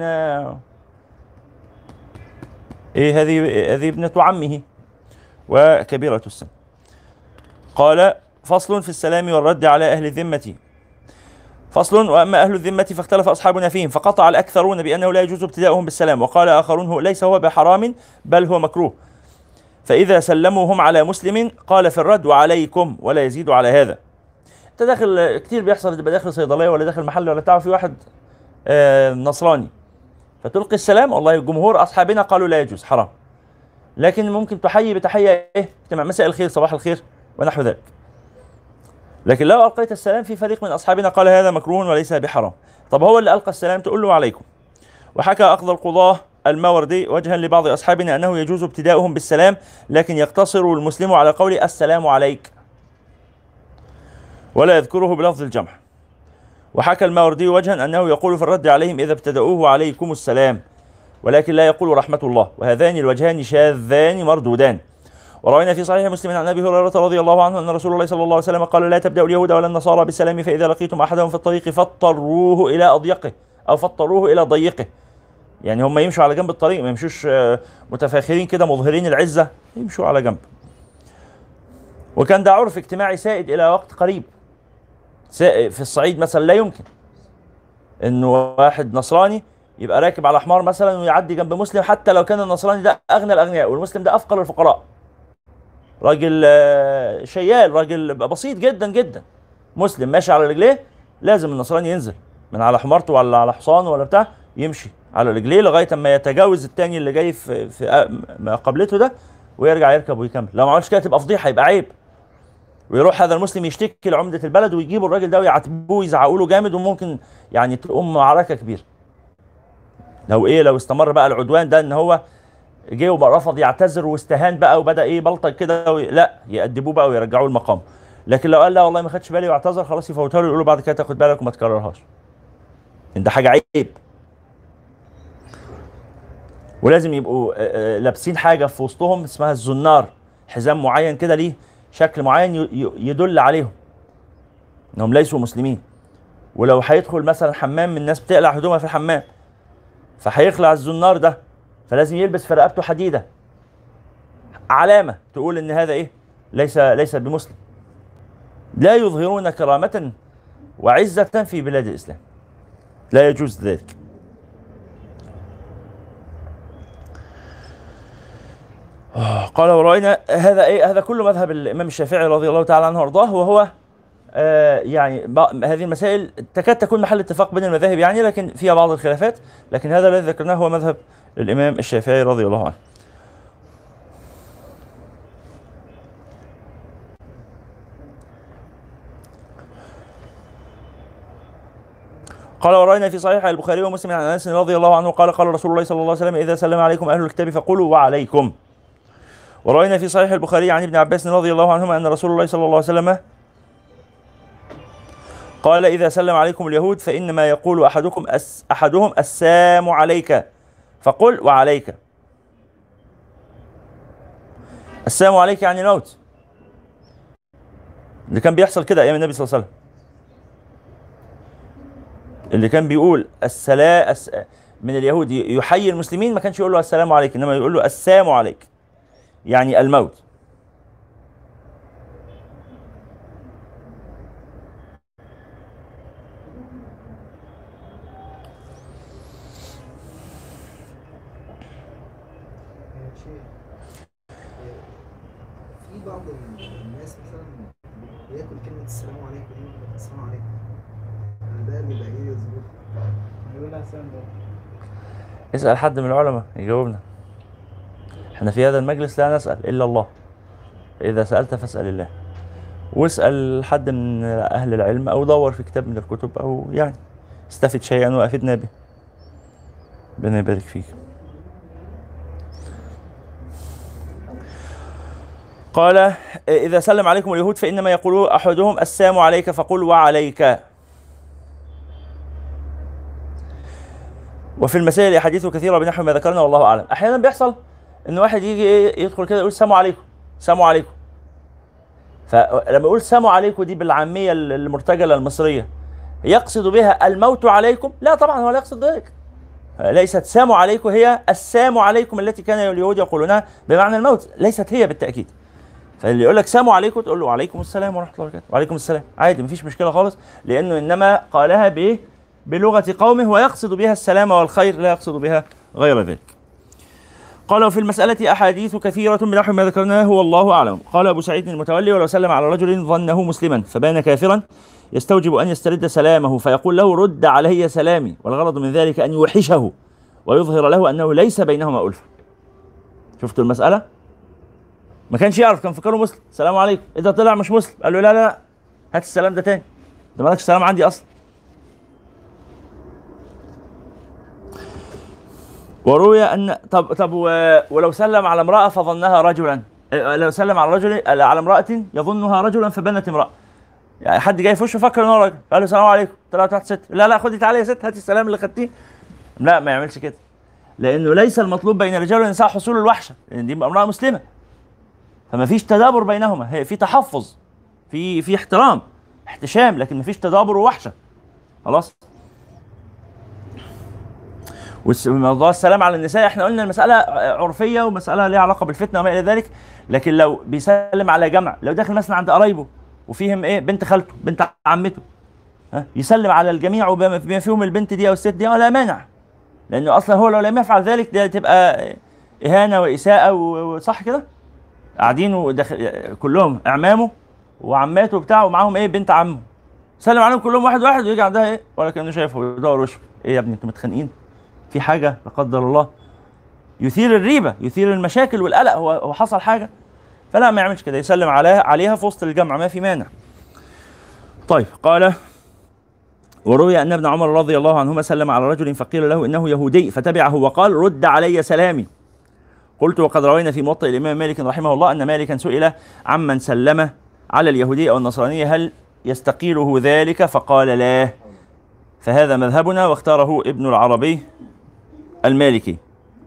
إيه هذه هذه ابنة عمه وكبيرة السن. قال فصل في السلام والرد على أهل الذمة. فصل وأما أهل الذمة فاختلف أصحابنا فيهم، فقطع الأكثرون بأنه لا يجوز ابتداؤهم بالسلام، وقال آخرون هو ليس هو بحرام بل هو مكروه، فإذا سلموا هم على مسلم قال في الرد وعليكم ولا يزيد على هذا. انت داخل كتير بيحصل، تبقى داخل صيدلية ولا داخل محل ولا بتاع، في واحد آه نصراني فتلقي السلام، والله جمهور أصحابنا قالوا لا يجوز حرام، لكن ممكن تحيي بتحية إيه اجتماع مساء الخير صباح الخير ونحو ذلك. لكن لو ألقيت السلام في فريق من أصحابنا قال هذا مكروه وليس بحرام. طب هو اللي ألقى السلام تقول له عليكم. وحكى أخذ القضاة الماوردي وجها لبعض أصحابنا أنه يجوز ابتداؤهم بالسلام، لكن يقتصر المسلم على قول السلام عليك ولا يذكره بلفظ الجمع. وحكى الماوردي وجها أنه يقول في الرد عليهم إذا ابتدأوه عليكم السلام، ولكن لا يقول رحمة الله، وهذان الوجهان شاذان مردودان. وروينا في صحيح مسلم عن ابي هريره رضي الله عنه ان رسول الله صلى الله عليه وسلم قال لا تبدأوا اليهود ولا النصارى بالسلام، فاذا لقيتم احدهم في الطريق فاضطروه الى اضيقه او فاضطروه الى ضيقه، يعني هم يمشوا على جنب الطريق، ما يمشوش متفاخرين كده مظهرين العزه، يمشوا على جنب. وكان ده عرف اجتماعي سائد الى وقت قريب. في الصعيد مثلا لا يمكن انه واحد نصراني يبقى راكب على حمار مثلا ويعدي جنب مسلم، حتى لو كان النصراني ده اغنى الاغنياء والمسلم ده افقر الفقراء، راجل شيال، راجل بسيط جدا جدا، مسلم ماشي على رجليه، لازم النصراني ينزل من على حمارته ولا على حصانه ولا بتاع، يمشي على رجليه لغايه اما يتجاوز الثاني اللي جاي في في قبلته ده ويرجع يركب ويكمل. لو ما عملش كده تبقى فضيحه، يبقى عيب. ويروح هذا المسلم يشتكي لعمده البلد ويجيبوا الراجل ده ويعاتبوه ويزعقوا له جامد، وممكن يعني تقوم معركه كبيره. لو ايه لو استمر بقى العدوان ده ان هو جه ورفض يعتذر واستهان بقى وبدا ايه بلطج كده و... لا يأدبوه بقى ويرجعوه المقام. لكن لو قال لا والله ما خدش بالي واعتذر خلاص يفوتها له، يقولوا بعد كده تاخد بالك وما تكررهاش. ده حاجه عيب. ولازم يبقوا لابسين حاجه في وسطهم اسمها الزنار، حزام معين كده ليه شكل معين يدل عليهم انهم ليسوا مسلمين. ولو هيدخل مثلا حمام من الناس بتقلع هدومها في الحمام، فهيخلع الزنار ده، فلازم يلبس في رقبته حديده علامة تقول ان هذا ايه ليس ليس بمسلم. لا يظهرون كرامة وعزة في بلاد الإسلام، لا يجوز ذلك. قال ورأينا هذا ايه هذا كله مذهب الإمام الشافعي رضي الله تعالى عنه وارضاه، وهو آه يعني هذه المسائل تكاد تكون محل اتفاق بين المذاهب يعني، لكن فيها بعض الخلافات، لكن هذا الذي ذكرناه هو مذهب الإمام الشافعي رضي الله عنه. قال ورأينا في صحيح البخاري ومسلم عن أنس رضي الله عنه قال قال رسول الله صلى الله عليه وسلم إذا سلم عليكم أهل الكتاب فقولوا وعليكم. ورأينا في صحيح البخاري عن ابن عباس رضي الله عنهما أن رسول الله صلى الله عليه وسلم قال إذا سلم عليكم اليهود فإنما يقول أحدكم أس أحدهم السلام عليك فقل وعليك. السلام عليك يعني الموت، اللي كان بيحصل كده أيام النبي صلى الله عليه وسلم، اللي كان بيقول السلام الس... من اليهود يحيي المسلمين ما كانش يقول له السلام عليك، إنما يقول له السلام عليك يعني الموت. في بعض الناس مثلا بياكل كلمة السلام عليكم دي من السلام عليكم، ده بيبقى ايه يظبط؟ يقول لها السلام ده. اسأل حد من العلماء يجاوبنا. احنا في هذا المجلس لا نسأل إلا الله، إذا سألت فاسأل الله، واسأل حد من أهل العلم أو دور في كتاب من الكتب أو يعني استفد شيئا وأفدنا به. ربنا يبارك فيك. قال إذا سلم عليكم اليهود فإنما يقول أحدهم السلام عليك فقل وعليك. وفي المسائل أحاديث كثيرة بنحو ما ذكرنا والله أعلم. أحيانا بيحصل إن واحد يجي يدخل كده يقول السلام عليكم السلام عليكم، فلما يقول السلام عليكم دي بالعامية المرتجلة المصرية يقصد بها الموت عليكم؟ لا طبعا هو لا يقصد ذلك. ليست سلام عليكم هي السلام عليكم التي كان اليهود يقولونها بمعنى الموت، ليست هي بالتأكيد. فاللي يقول لك سلام عليكم تقول له وعليكم السلام ورحمة الله وبركاته، وعليكم السلام عادي مفيش مشكلة خالص، لأنه إنما قالها بإيه؟ بلغة قومه ويقصد بها السلام والخير، لا يقصد بها غير ذلك. قال وفي المسألة أحاديث كثيرة بنحو ما ذكرناه والله أعلم. قال أبو سعيد المتولي ولو سلم على رجل ظنه مسلما فبان كافرا يستوجب أن يسترد سلامه فيقول له رد علي سلامي، والغرض من ذلك أن يوحشه ويظهر له أنه ليس بينهما ألفة. شفتوا المسألة؟ ما كانش يعرف، كان فكره مسلم، السلام عليكم، إذا طلع مش مسلم قال له لا لا هات السلام ده تاني، ده مالكش سلام عندي أصلا. وروي أن طب طب ولو سلم على امرأة فظنها رجلا، لو سلم على رجل على امرأة يظنها رجلا فبنت امرأة، يعني حد جاي في وشه فكر ان هو راجل قال له السلام عليكم، طلعت واحد ست، لا لا خدي تعالي يا ست هاتي السلام اللي خدتيه. لا ما يعملش كده، لأنه ليس المطلوب بين الرجال والنساء حصول الوحشة، لأن دي امرأة مسلمة فما فيش تدابر بينهما، هي في تحفظ، في في احترام احتشام، لكن ما فيش تدابر ووحشة. خلاص. وموضوع السلام على النساء احنا قلنا المسألة عرفية ومسألة ليها علاقة بالفتنة وما إلى ذلك، لكن لو بيسلم على جمع، لو داخل مثلا عند قرايبه وفيهم ايه بنت خالته بنت عمته، ها يسلم على الجميع وبما فيهم البنت دي او الست دي لا مانع، لأنه أصلا هو لو لم يفعل ذلك دي تبقى إهانة وإساءة، وصح كده قاعدين وداخل كلهم أعمامه وعماته وبتاع ومعاهم ايه بنت عمه، سلم عليهم كلهم واحد واحد ويجي عندها ايه ولا كأنه شايفه ويدور وشه، ايه يا ابني انتوا متخانقين؟ في حاجة لا قدر الله يثير الريبة يثير المشاكل والقلق، هو هو حصل حاجة، فلا ما يعملش كده، يسلم عليها عليها في وسط الجمع ما في مانع. طيب قال وروي أن ابن عمر رضي الله عنهما سلم على رجل فقيل له إنه يهودي فتبعه وقال رد علي سلامي. قلت وقد روينا في موطئ الإمام مالك رحمه الله أن مالكا سئل عمن سلم على اليهودية أو النصرانية هل يستقيله ذلك فقال لا، فهذا مذهبنا واختاره ابن العربي المالكي.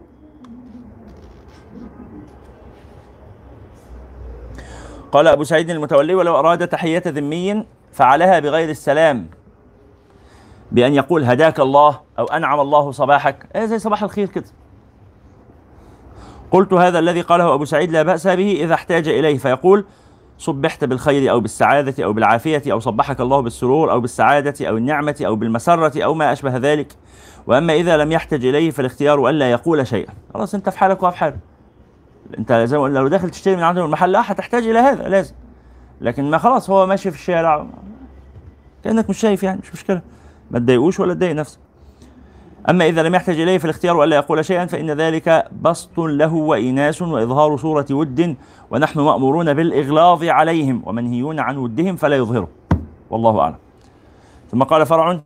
قال أبو سعيد المتولي ولو أراد تحية ذمي فعلها بغير السلام بأن يقول هداك الله أو أنعم الله صباحك، إيه زي صباح الخير كده. قلت هذا الذي قاله أبو سعيد لا بأس به إذا احتاج إليه، فيقول صبحت بالخير أو بالسعادة أو بالعافية، أو صبحك الله بالسرور أو بالسعادة أو النعمة أو بالمسرة أو ما أشبه ذلك. وأما إذا لم يحتج إليه فالاختيار ألا يقول شيئا. خلاص أنت في حالك وهو في حاله. أنت زي ما قلنا لو داخل تشتري من عنده المحل لا هتحتاج إلى هذا لازم، لكن ما خلاص هو ماشي في الشارع كأنك مش شايف، يعني مش مشكلة، ما تضايقوش ولا تضايق نفسك. أما إذا لم يحتج إليه فالاختيار ألا يقول شيئا، فإن ذلك بسط له وإيناس وإظهار صورة ود، ونحن مأمورون بالإغلاظ عليهم ومنهيون عن ودهم فلا يظهره، والله أعلم. ثم قال فرع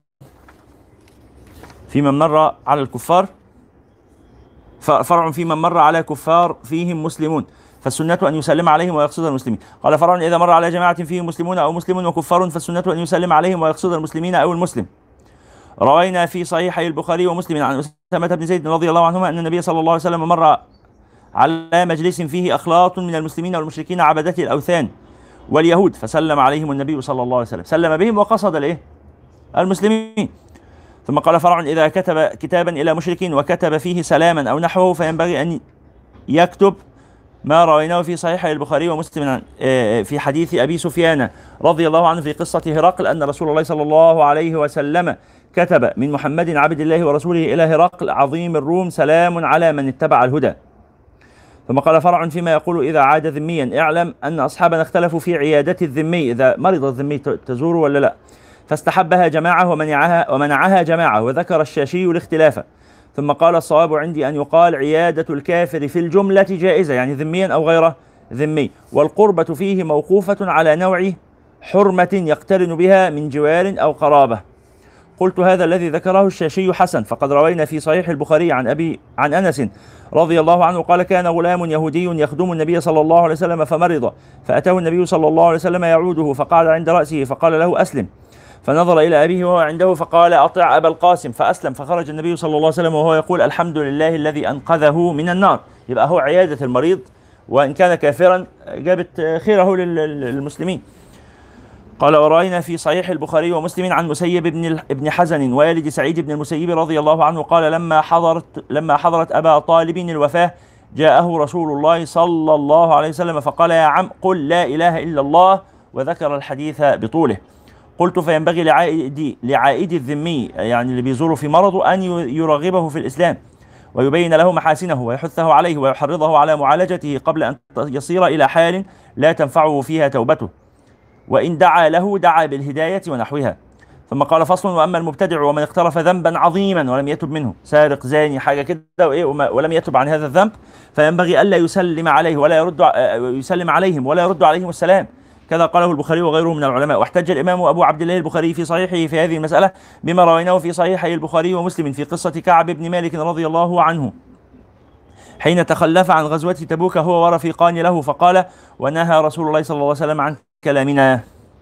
في من مر على الكفار فرع في من مر على كفار فيهم مسلمون، فالسنة أن يسلم عليهم ويقصد المسلمين. قال فرع إذا مر على جماعة فيهم مسلمون أو مسلم وكفار فالسنة أن يسلم عليهم ويقصد المسلمين أو المسلم. روينا في صحيحي البخاري ومسلم عن أسامة بن زيد رضي الله عنهما أن النبي صلى الله عليه وسلم مر على مجلس فيه أخلاط من المسلمين والمشركين عبدة الأوثان واليهود، فسلم عليهم النبي صلى الله عليه وسلم، سلم بهم وقصد الإيه؟ المسلمين. ثم قال فرع إذا كتب كتابا إلى مشرك وكتب فيه سلاما أو نحوه فينبغي أن يكتب ما رويناه في صحيح البخاري ومسلم في حديث أبي سفيان رضي الله عنه في قصة هرقل أن رسول الله صلى الله عليه وسلم كتب من محمد عبد الله ورسوله إلى هرقل عظيم الروم سلام على من اتبع الهدى. ثم قال فرع فيما يقول إذا عاد ذميا اعلم أن أصحابنا اختلفوا في عيادة الذمي، إذا مرض الذمي تزوره ولا لا، فاستحبها جماعة ومنعها ومنعها جماعة، وذكر الشاشي الاختلاف. ثم قال الصواب عندي أن يقال عيادة الكافر في الجملة جائزة، يعني ذميا أو غير ذمي، والقربة فيه موقوفة على نوع حرمة يقترن بها من جوار أو قرابة. قلت هذا الذي ذكره الشاشي حسن، فقد روينا في صحيح البخاري عن أبي عن أنس رضي الله عنه قال كان غلام يهودي يخدم النبي صلى الله عليه وسلم فمرض، فأتاه النبي صلى الله عليه وسلم يعوده فقعد عند رأسه فقال له أسلم، فنظر إلى أبيه وهو عنده فقال أطع أبا القاسم، فأسلم، فخرج النبي صلى الله عليه وسلم وهو يقول الحمد لله الذي أنقذه من النار. يبقى هو عيادة المريض وإن كان كافرا جابت خيره للمسلمين. قال ورأينا في صحيح البخاري ومسلم عن مسيب بن ابن حزن والد سعيد بن المسيب رضي الله عنه قال لما حضرت لما حضرت أبا طالب الوفاة جاءه رسول الله صلى الله عليه وسلم فقال يا عم قل لا إله إلا الله، وذكر الحديث بطوله. قلت فينبغي لعائد لعائد الذمي يعني اللي بيزوره في مرضه أن يرغبه في الإسلام ويبين له محاسنه ويحثه عليه ويحرضه على معالجته قبل أن يصير إلى حال لا تنفعه فيها توبته، وإن دعا له دعا بالهداية ونحوها. ثم قال فصل وأما المبتدع ومن اقترف ذنبا عظيما ولم يتب منه، سارق زاني حاجة كده وإيه ولم يتب عن هذا الذنب، فينبغي ألا يسلم عليه ولا يرد يسلم عليهم ولا يرد عليهم السلام، كذا قاله البخاري وغيره من العلماء. واحتج الإمام أبو عبد الله البخاري في صحيحه في هذه المسألة بما رويناه في صحيحي البخاري ومسلم في قصة كعب بن مالك رضي الله عنه حين تخلف عن غزوة تبوك هو ورفيقان له، فقال ونهى رسول الله صلى الله عليه وسلم عن كلامنا.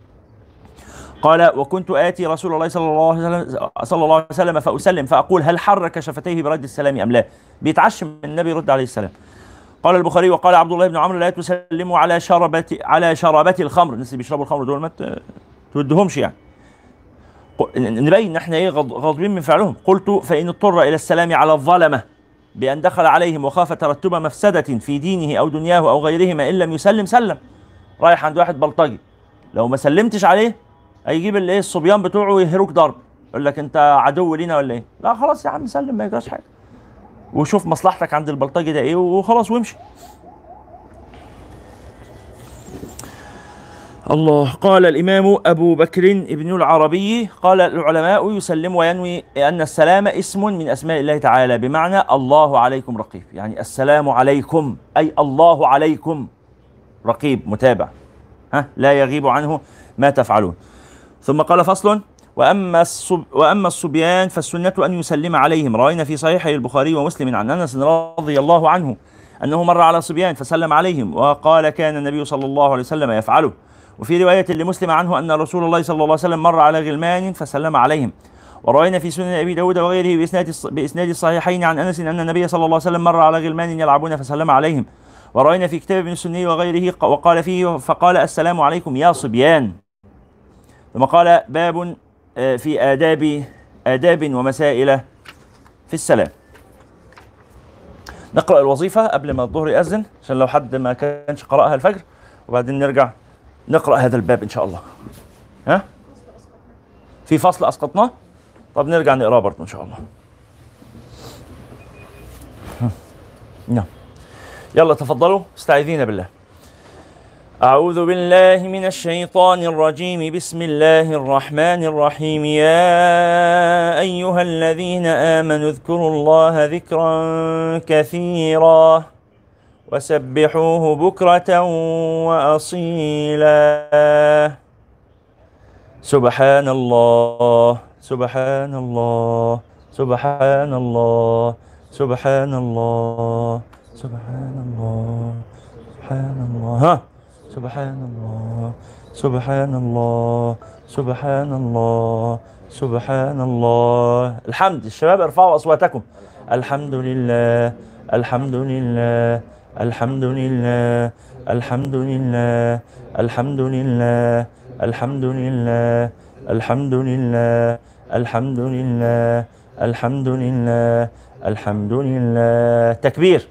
قال وكنت آتي رسول الله صلى الله عليه وسلم, صلى الله عليه وسلم فأسلم فأقول هل حرك شفتيه برد السلام أم لا، بيتعشم النبي يرد عليه السلام. قال البخاري وقال عبد الله بن عمرو لا تسلموا على شربة على شربة الخمر، الناس اللي بيشربوا الخمر دول ما تودهمش يعني، نبين ان احنا ايه غاضبين من فعلهم. قلت فإن اضطر إلى السلام على الظلمة بأن دخل عليهم وخاف ترتب مفسدة في دينه أو دنياه أو غيرهما إن لم يسلم سلم. رايح عند واحد بلطجي لو ما سلمتش عليه هيجيب الايه الصبيان بتوعه يهروك ضرب، يقول لك انت عدو لينا ولا ايه؟ لا خلاص يا عم سلم ما يجراش حاجه، وشوف مصلحتك عند البلطجي ده ايه وخلاص وامشي. الله. قال الإمام أبو بكر ابن العربي قال العلماء يسلم وينوي أن السلام اسم من أسماء الله تعالى بمعنى الله عليكم رقيب، يعني السلام عليكم أي الله عليكم رقيب متابع، ها لا يغيب عنه ما تفعلون. ثم قال فصل وأما, الصب وأما الصبيان فالسنة أن يسلم عليهم. رأينا في صحيحي البخاري ومسلم عن أنس رضي الله عنه أنه مر على صبيان فسلم عليهم وقال كان النبي صلى الله عليه وسلم يفعله. وفي رواية لمسلم عنه أن رسول الله صلى الله عليه وسلم مر على غلمان فسلم عليهم. ورأينا في سنن أبي داود وغيره بإسناد بإسناد الصحيحين عن أنس أن النبي صلى الله عليه وسلم مر على غلمان يلعبون فسلم عليهم. ورأينا في كتاب ابن السني وغيره وقال فيه فقال السلام عليكم يا صبيان. ثم قال باب في آداب آداب ومسائل في السلام. نقرأ الوظيفة قبل ما الظهر يأذن عشان لو حد ما كانش قرأها الفجر، وبعدين نرجع نقرأ هذا الباب إن شاء الله. ها؟ في فصل أسقطناه؟ طب نرجع نقرأه برضه إن شاء الله. نعم. يلا تفضلوا استعيذين بالله. أعوذ بالله من الشيطان الرجيم. بسم الله الرحمن الرحيم. يا أيها الذين آمنوا اذكروا الله ذكرا كثيرا وسبحوه بكرة وأصيلا. سبحان الله سبحان الله سبحان الله سبحان الله سبحان الله سبحان الله. ها سبحان الله سبحان الله سبحان الله سبحان الله. الحمد. الشباب ارفعوا أصواتكم. الحمد لله الحمد لله الحمد لله الحمد لله الحمد لله الحمد لله الحمد لله الحمد لله الحمد لله الحمد لله. تكبير.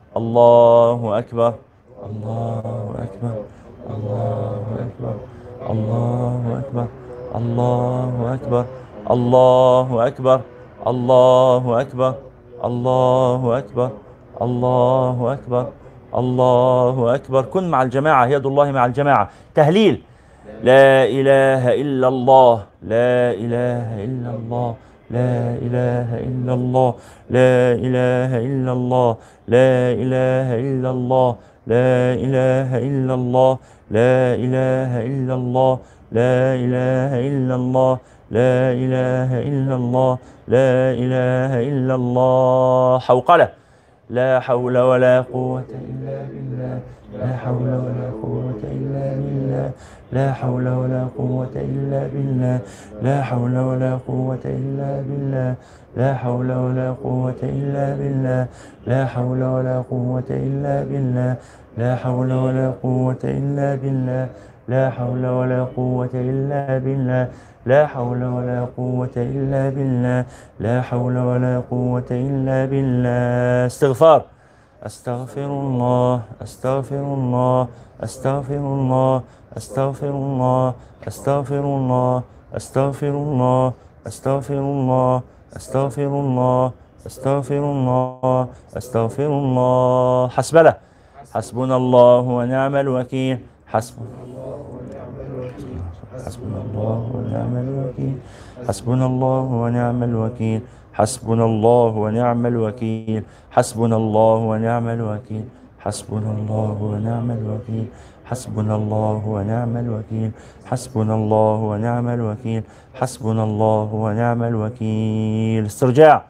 الله أكبر الله أكبر الله أكبر الله أكبر الله أكبر الله أكبر الله أكبر الله أكبر الله أكبر الله أكبر. كن مع الجماعة، يد الله مع الجماعة. تهليل. لا إله إلا الله لا إله إلا الله لا إله إلا الله لا إله إلا الله لا إله إلا الله لا إله إلا الله لا إله إلا الله لا إله إلا الله لا إله إلا الله لا إله إلا الله. حوقلة. لا حول ولا قوة إلا بالله لا حول ولا قوة إلا بالله لا حول ولا قوة إلا بالله لا حول ولا قوة إلا بالله لا حول ولا قوة إلا بالله لا حول ولا قوة إلا بالله لا حول ولا قوة إلا بالله لا حول ولا قوة إلا بالله لا حول ولا قوة إلا بالله لا حول ولا قوة إلا بالله. استغفار. أستغفر الله أستغفر الله أستغفر الله أستغفر الله أستغفر الله أستغفر الله أستغفر الله أستغفر الله أستغفر الله أستغفر الله. حسبنا. حسبنا الله ونعم الوكيل. حسبنا الله ونعم الوكيل. حسبنا الله ونعم الوكيل. حسبنا الله ونعم الوكيل. حسبنا الله ونعم الوكيل. حسبنا الله ونعم الوكيل. حسبنا الله ونعم الوكيل. حسبنا الله ونعم الوكيل. حسبنا الله ونعم الوكيل. حسبنا الله ونعم الوكيل. استرجاع.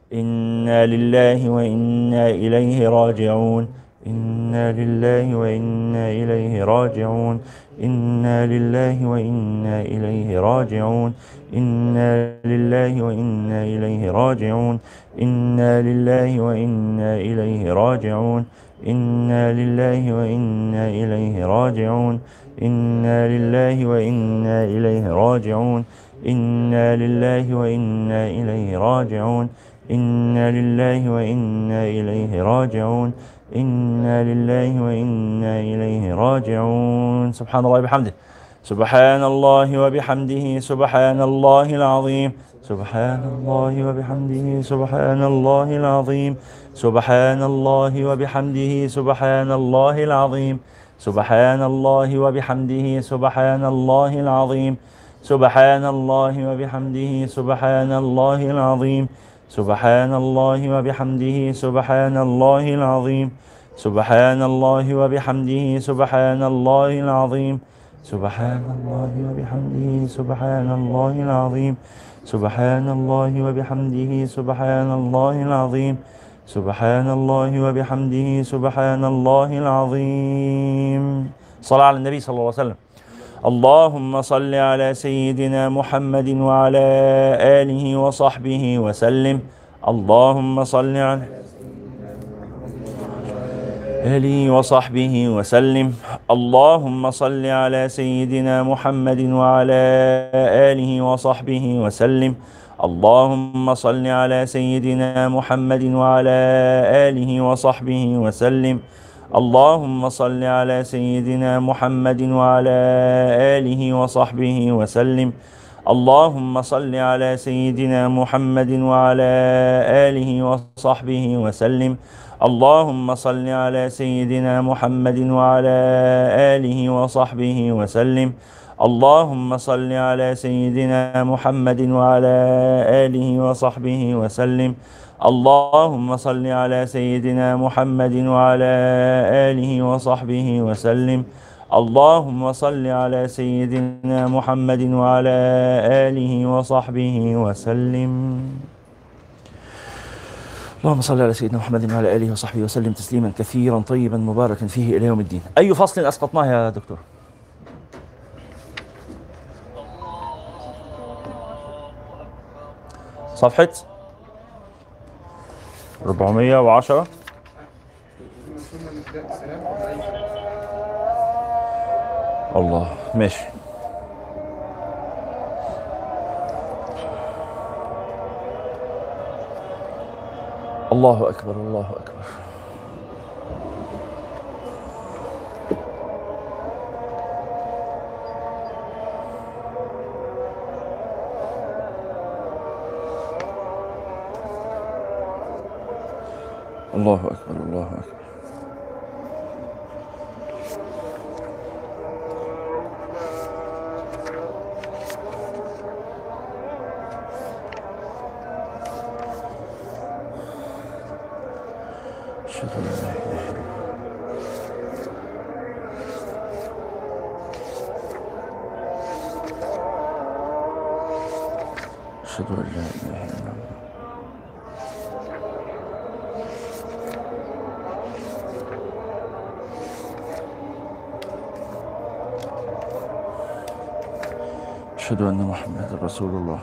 إنا لله وإنا إليه راجعون. إنا لله وإنا إليه راجعون. إنا لله وإنا إليه راجعون. إنا لله وإنا إليه راجعون. إنا لله وإنا إليه راجعون. إنا لله وإنا إليه راجعون. إنا لله وإنا إليه راجعون. إنا لله وإنا إليه راجعون. إنا لله وإنا إليه راجعون. إنا لله وإنا إليه راجعون. سبحان الله وبحمده. سبحان الله وبحمده سبحان الله العظيم. سبحان الله وبحمده سبحان الله العظيم. سبحان الله وبحمده سبحان الله العظيم. سبحان الله وبحمده سبحان الله العظيم. سبحان الله وبحمده سبحان الله العظيم. سبحان الله وبحمده سبحان الله العظيم. سبحان الله وبحمده سبحان الله العظيم. سبحان الله وبحمده سبحان الله العظيم. سبحان الله وبحمده سبحان الله العظيم. سبحان الله وبحمده سبحان الله العظيم. صلاة على النبي صلى الله عليه وسلم. اللهم صل على سيدنا محمد وعلى آله وصحبه وسلم. اللهم صل على آله وصحبه وسلم. اللهم صل على سيدنا محمد وعلى آله وصحبه وسلم. اللهم صل على سيدنا محمد وعلى آله وصحبه وسلم. اللهم صل على سيدنا محمد وعلى آله وصحبه وسلم. اللهم صل على سيدنا محمد وعلى آله وصحبه وسلم. اللهم صل على سيدنا محمد وعلى آله وصحبه وسلم. اللهم صل على سيدنا محمد وعلى آله وصحبه وسلم. اللهم صل على سيدنا محمد وعلى آله وصحبه وسلم. اللهم صل على سيدنا محمد وعلى آله وصحبه وسلم. اللهم صل على سيدنا محمد وعلى آله وصحبه وسلم تسليما كثيرا طيبا مباركا فيه إلى يوم الدين. أي فصل أسقطناه يا دكتور؟ صفحة أربعمائة وعشرة. الله ماشي. الله أكبر الله أكبر. الله أكبر الله أكبر. أشهد أن لا إله إلا الله. أشهد أن لا إله إلا الله. أشهد أن محمدا رسول الله.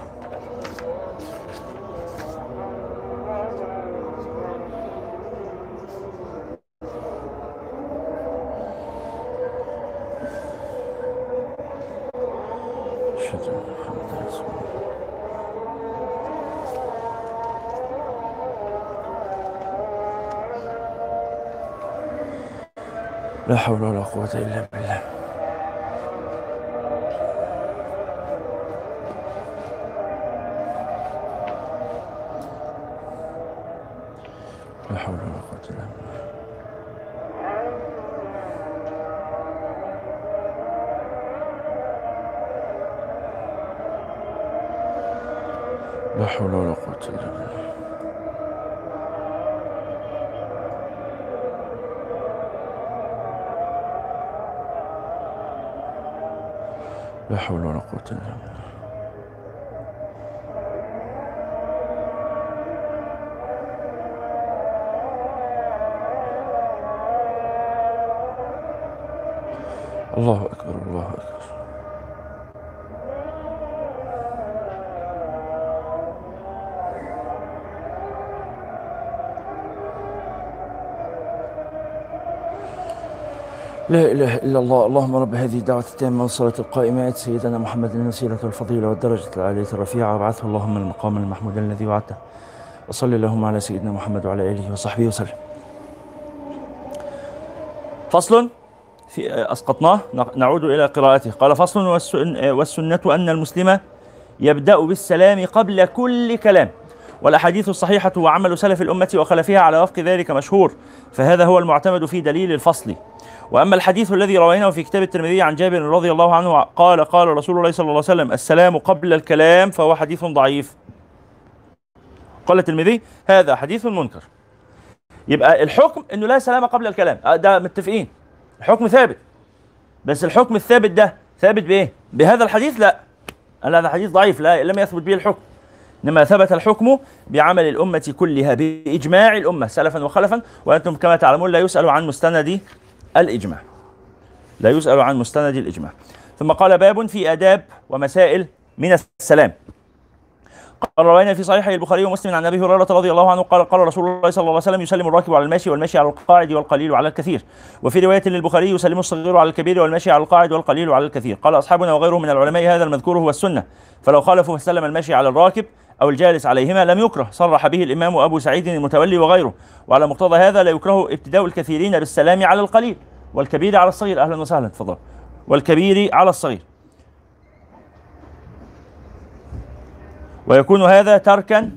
أشهد أن محمدا رسول الله. لا حول ولا قوة إلا بالله. لا حول ولا قوة إلا بالله. لا حول ولا قوة إلا بالله. لا حول ولا قوة إلا بالله. الله أكبر الله أكبر. لا إله إلا الله. اللهم رب هذه الدعوة التامة والصلاة القائمة آت سيدنا محمد الوسيلة والفضيلة والدرجة العالية الرفيعة وابعثه اللهم المقام المحمود الذي وعدته. وصل اللهم على سيدنا محمد وعلى آله وصحبه وسلم. فصل في أسقطناه نعود إلى قراءته. قال فصل والسنة أن المسلم يبدأ بالسلام قبل كل كلام، والأحاديث الصحيحة وعمل سلف الأمة وخلفها على وفق ذلك مشهور، فهذا هو المعتمد في دليل الفصل. وأما الحديث الذي رويناه في كتاب الترمذي عن جابر رضي الله عنه قال قال رسول الله صلى الله عليه وسلم السلام قبل الكلام، فهو حديث ضعيف. قال الترمذي هذا حديث منكر. يبقى الحكم انه لا سلام قبل الكلام، ده متفقين، الحكم ثابت. بس الحكم الثابت ده ثابت بايه؟ بهذا الحديث؟ لا، هذا حديث ضعيف، لا لم يثبت به الحكم. انما ثبت الحكم بعمل الامه كلها باجماع الامه سلفا وخلفا، وانتم كما تعلمون لا يسأل عن مستند الاجماع. لا يسأل عن مستند الاجماع. ثم قال باب في آداب ومسائل من السلام. قال روينا في صحيح البخاري ومسلم عن ابي هريره رضي الله عنه قال قال رسول الله صلى الله عليه وسلم يسلم الراكب على الماشي والماشي على القاعد والقليل على الكثير. وفي روايه للبخاري يسلم الصغير على الكبير والماشي على القاعد والقليل على الكثير. قال اصحابنا وغيرهم من العلماء هذا المذكور هو السنه، فلو خالفوا فسلم الماشي على الراكب أو الجالس عليهما لم يكره، صرح به الإمام أبو سعيد المتولي وغيره. وعلى مقتضى هذا لا يكره ابتداء الكثيرين بالسلام على القليل والكبير على الصغير. أهلا وسهلا، تفضل. والكبير على الصغير، ويكون هذا تركا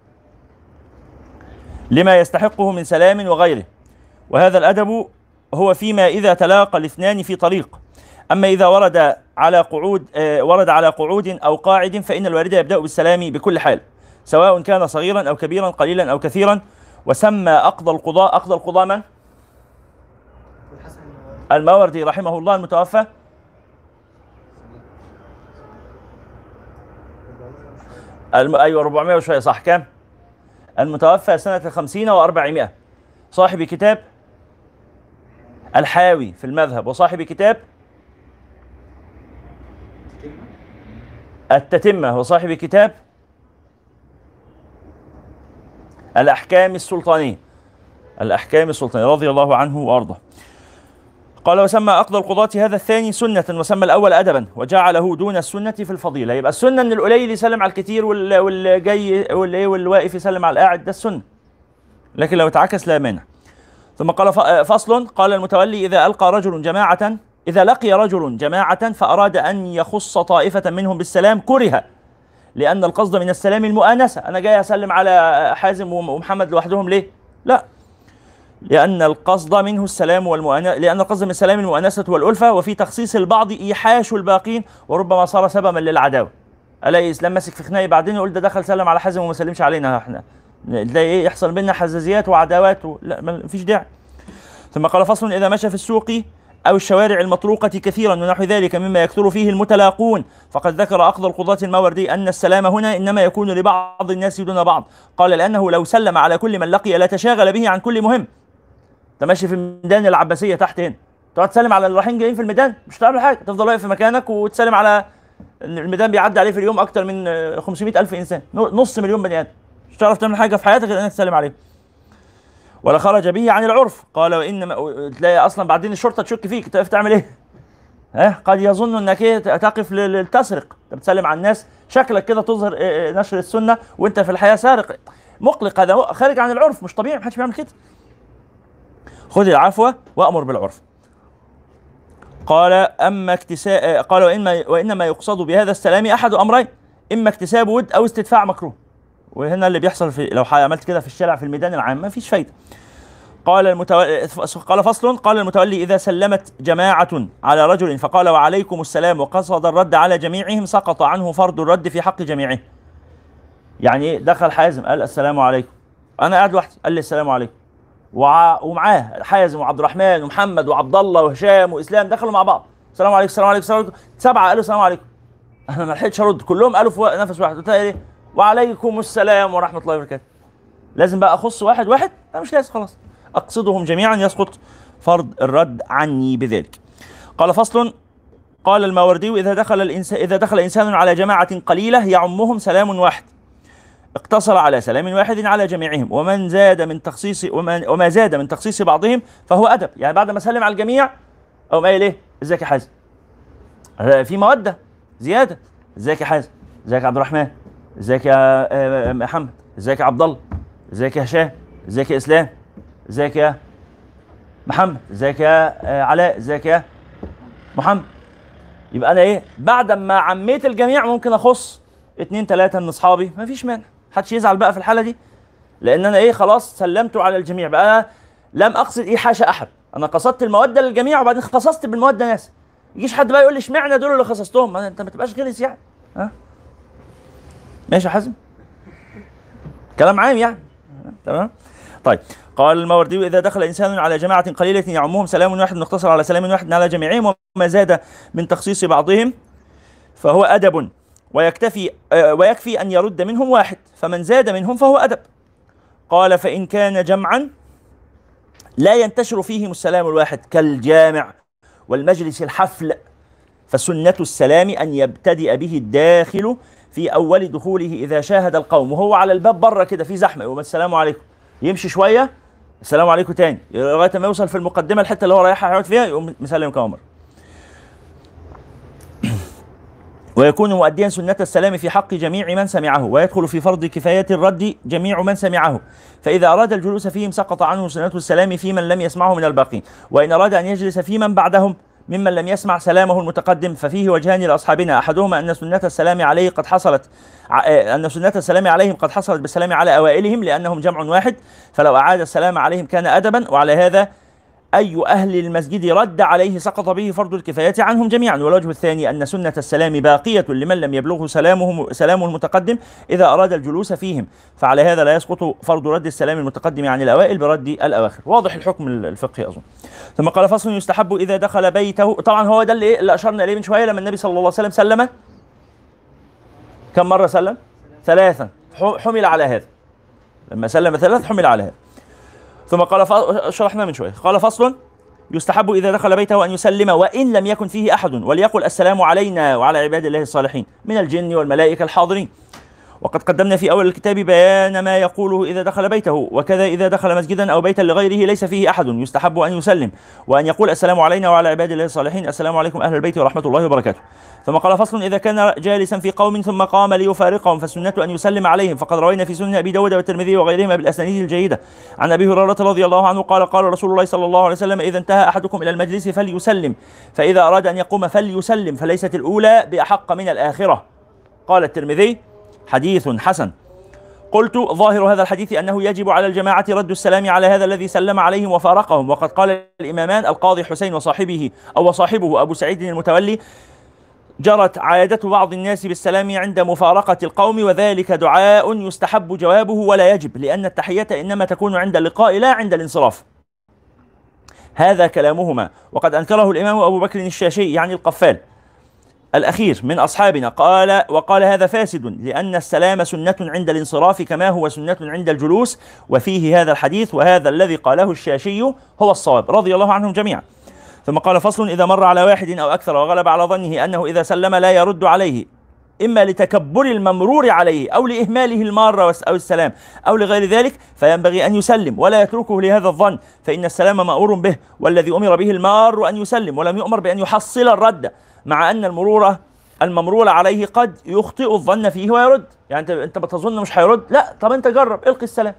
لما يستحقه من سلام وغيره. وهذا الأدب هو فيما إذا تلاقى الاثنان في طريق. أما إذا ورد على قعود آه ورد على قعود أو قاعد فإن الوارد يبدأ بالسلام بكل حال، سواء كان صغيرا أو كبيرا، قليلا أو كثيرا. وسمى أقضى القضاء أقضى القضاء من؟ الماوردي رحمه الله المتوفى الم... أيوة أربعمائة وشوية، صح. كام؟ المتوفى سنة خمسين وأربعمائة، صاحب كتاب الحاوي في المذهب، وصاحب كتاب التتمة، وصاحب كتاب الأحكام السلطانية الأحكام السلطانية رضي الله عنه وأرضاه. قال: وسمى أقضى القضاة هذا الثاني سنة، وسمى الأول أدبا، وجعله دون السنة في الفضيلة. يبقى السنة أن القليل يسلم على الكثير، والجاي والواقف يسلم على القاعد، ده السنة، لكن لو اتعكس لا مانع. ثم قال: فصل. قال المتولي: إذا ألقى رجل جماعة إذا لقي رجل جماعة فأراد أن يخص طائفة منهم بالسلام كره، لأن القصد من السلام المؤانسة. أنا جاي أسلم على حازم ومحمد لوحدهم ليه؟ لا، لأن القصد منه السلام والمؤانسة، لأن القصد من السلام المؤانسة والألفة، وفي تخصيص البعض إيحاش الباقين، وربما صار سببا للعداوة. ألاقي إسلام ماسك في خناقة بعدين يقول ده دخل سلم على حازم وما سلمش علينا، احنا ده إيه يحصل بيننا حزازيات وعداوات و... لا، ما فيش داعي. ثم قال: فصل. إذا مشى في السوق أو الشوارع المطروقة كثيرا ونحو ذلك مما يكثر فيه المتلاقون، فقد ذكر أقضى القضاة الماوردي أن السلام هنا إنما يكون لبعض الناس دون بعض. قال: لأنه لو سلم على كل من لقي لتشاغل به عن كل مهم. أنت ماشي في ميدان العباسية تحت هنا، تقعد تسلم على اللي رايحين جايين في الميدان، مش هتعمل حاجة، تفضل واقف في مكانك وتسلم على الميدان بيعدي عليه في اليوم أكتر من خمسمائة ألف إنسان، نص مليون بني آدم، مش هتعرف تعمل حاجة في حياتك غير إنك تسلم عليه. ولا خرج به عن العرف. قال: وإنما تلاقي أصلا بعدين الشرطة تشك فيك، تقف تعمل إيه؟ ها؟ قد يظن إنك إيه تقف للتسرق، أنت بتسلم على الناس، شكلك كده تظهر نشر السنة وأنت في الحياة سارق، مقلق، هذا خارج عن العرف، مش طبيعي، محدش بيعمل كده. خذ العفو وأمر بالعرف. قال: أما اكتساب قال: وإنما وإنما يقصد بهذا السلام أحد أمرين، إما اكتساب ود أو استدفاع مكروه. وهنا اللي بيحصل في لو عملت كده في الشارع في الميدان العام ما فيش فايدة. قال المتولي قال فصل. قال المتولي: إذا سلمت جماعة على رجل فقال: وعليكم السلام، وقصد الرد على جميعهم، سقط عنه فرض الرد في حق جميعهم. يعني دخل حازم قال السلام عليكم، أنا قاعد لوحدي قال لي السلام عليكم، وع... ومعاه حازم وعبد الرحمن ومحمد وعبد الله وهشام وإسلام، دخلوا مع بعض السلام عليكم السلام عليكم السلام عليكم، سبعة قالوا السلام عليكم، أنا ما لحقتش أرد، كلهم قالوا في نفس واحد، قلت إيه؟ وعليكم السلام ورحمة الله وبركاته. لازم بقى أخص واحد واحد؟ لا مش لازم، خلاص أقصدهم جميعا يسقط فرض الرد عني بذلك. قال فصل. قال الماوردي: إذا دخل الإنسان إذا دخل إنسان على جماعة قليلة يعمهم سلام واحد، اقتصر على سلام واحد على جميعهم، ومن زاد من تخصيص وما, وما زاد من تخصيص بعضهم فهو أدب. يعني بعد ما سلم على الجميع أو قايل إيه؟ إزيك يا حازم؟ في مودة زيادة، إزيك يا حازم؟ إزيك يا عبد الرحمن؟ إزيك يا محمد؟ إزيك يا عبد الله؟ إزيك يا هشام؟ إزيك يا إسلام؟ إزيك يا محمد؟ إزيك يا علاء؟ إزيك يا محمد؟ يبقى أنا إيه؟ بعد ما عميت الجميع ممكن أخص اتنين تلاتة من أصحابي، مفيش مانع، محدش يزعل بقى في الحالة دي، لأن أنا إيه؟ خلاص سلمت على الجميع، بقى أنا لم أقصد إيحاش أحد، أنا قصدت المودة للجميع وبعدين خصصت بالمودة ناس. يجيش حد بقى يقول لي اشمعنى دول اللي خصصتهم؟ أنت ما تبقاش غلس يعني، ها؟ ماشي يا حازم؟ كلام عام يعني، تمام؟ طيب. قال الماوردي: إذا دخل إنسان على جماعة قليلة يعمهم سلام واحد، نقتصر على سلام واحد على جميعهم، وما زاد من تخصيص بعضهم فهو أدب، ويكتفي آه ويكفي أن يرد منهم واحد، فمن زاد منهم فهو أدب. قال: فإن كان جمعا لا ينتشر فيهم السلام الواحد كالجامع والمجلس الحفل، فسنة السلام أن يبتدئ به الداخل في أول دخوله إذا شاهد القوم، وهو على الباب بره كده في زحمة يقول السلام عليكم، يمشي شوية السلام عليكم تاني لغاية ما يوصل في المقدمة الحتة اللي هو رايحها يقعد فيها يقوم مسلم كامر. ويكون مؤديا سنة السلام في حق جميع من سمعه، ويدخل في فرض كفاية الرد جميع من سمعه، فإذا أراد الجلوس فيهم سقط عنه سنة السلام في من لم يسمعه من الباقين، وإن أراد أن يجلس في من بعدهم ممن لم يسمع سلامه المتقدم ففيه وجهان لأصحابنا، أحدهما أن سنة السلام عليه قد حصلت أن سنة السلام عليهم قد حصلت بالسلام على أوائلهم لأنهم جمع واحد، فلو أعاد السلام عليهم كان أدبا، وعلى هذا أي أهل المسجد رد عليه سقط به فرض الكفاية عنهم جميعا. والوجه الثاني أن سنة السلام باقية لمن لم يبلغه سلامه سلامه المتقدم إذا أراد الجلوس فيهم، فعلى هذا لا يسقط فرض رد السلام المتقدم عن الأوائل برد الأواخر. واضح الحكم الفقهي أظن. ثم قال فصل يستحب إذا دخل بيته، طبعا هو ده اللي, اللي أشرنا إليه من شوية لما النبي صلى الله عليه وسلم سلم كم مرة سلم؟ ثلاثا، حمل على هذا، لما سلم ثلاث حمل على هذا. ثم قال ف... شرحنا من شوية. قال فصل يستحب إذا دخل بيته أن يسلم وإن لم يكن فيه أحد، وليقل السلام علينا وعلى عباد الله الصالحين من الجن والملائكة الحاضرين. وقد قدمنا في أول الكتاب بيان ما يقوله إذا دخل بيته، وكذا إذا دخل مسجدا أو بيتا لغيره ليس فيه أحد يستحب أن يسلم وأن يقول السلام علينا وعلى عباد الله الصالحين، السلام عليكم أهل البيت ورحمة الله وبركاته. ثم قال فصل إذا كان جالسا في قوم ثم قام ليفارقهم فالسنة أن يسلم عليهم، فقد روينا في سنن أبي داود والترمذي وغيرهما بالأسانيد الجيدة عن أبي هريرة رضي الله عنه قال قال رسول الله صلى الله عليه وسلم إذا انتهى أحدكم إلى المجلس فليسلم، فإذا أراد أن يقوم فليسلم، فليست الأولى بأحق من الآخرة. قال الترمذي حديث حسن. قلت ظاهر هذا الحديث أنه يجب على الجماعة رد السلام على هذا الذي سلم عليهم وفارقهم، وقد قال الإمامان القاضي حسين وصاحبه أو وصاحبه أبو سعيد المتولي جرت عادة بعض الناس بالسلام عند مفارقة القوم، وذلك دعاء يستحب جوابه ولا يجب، لأن التحية إنما تكون عند اللقاء لا عند الانصراف. هذا كلامهما، وقد أنكره الإمام أبو بكر الشاشي يعني القفال الأخير من أصحابنا، قال وقال هذا فاسد لأن السلام سنة عند الانصراف كما هو سنة عند الجلوس، وفيه هذا الحديث، وهذا الذي قاله الشاشي هو الصواب رضي الله عنهم جميعا. ثم قال فصل إذا مر على واحد أو أكثر وغلب على ظنه أنه إذا سلم لا يرد عليه، إما لتكبر الممرور عليه أو لإهماله المارة أو السلام أو لغير ذلك، فينبغي أن يسلم ولا يتركه لهذا الظن، فإن السلام مأمور به، والذي أمر به المار أن يسلم ولم يؤمر بأن يحصل الرد، مع أن المرور الممرور عليه قد يخطئ الظن فيه ويرد. يعني أنت أنت بتظن مش هيرد، لا طب أنت جرب القي السلام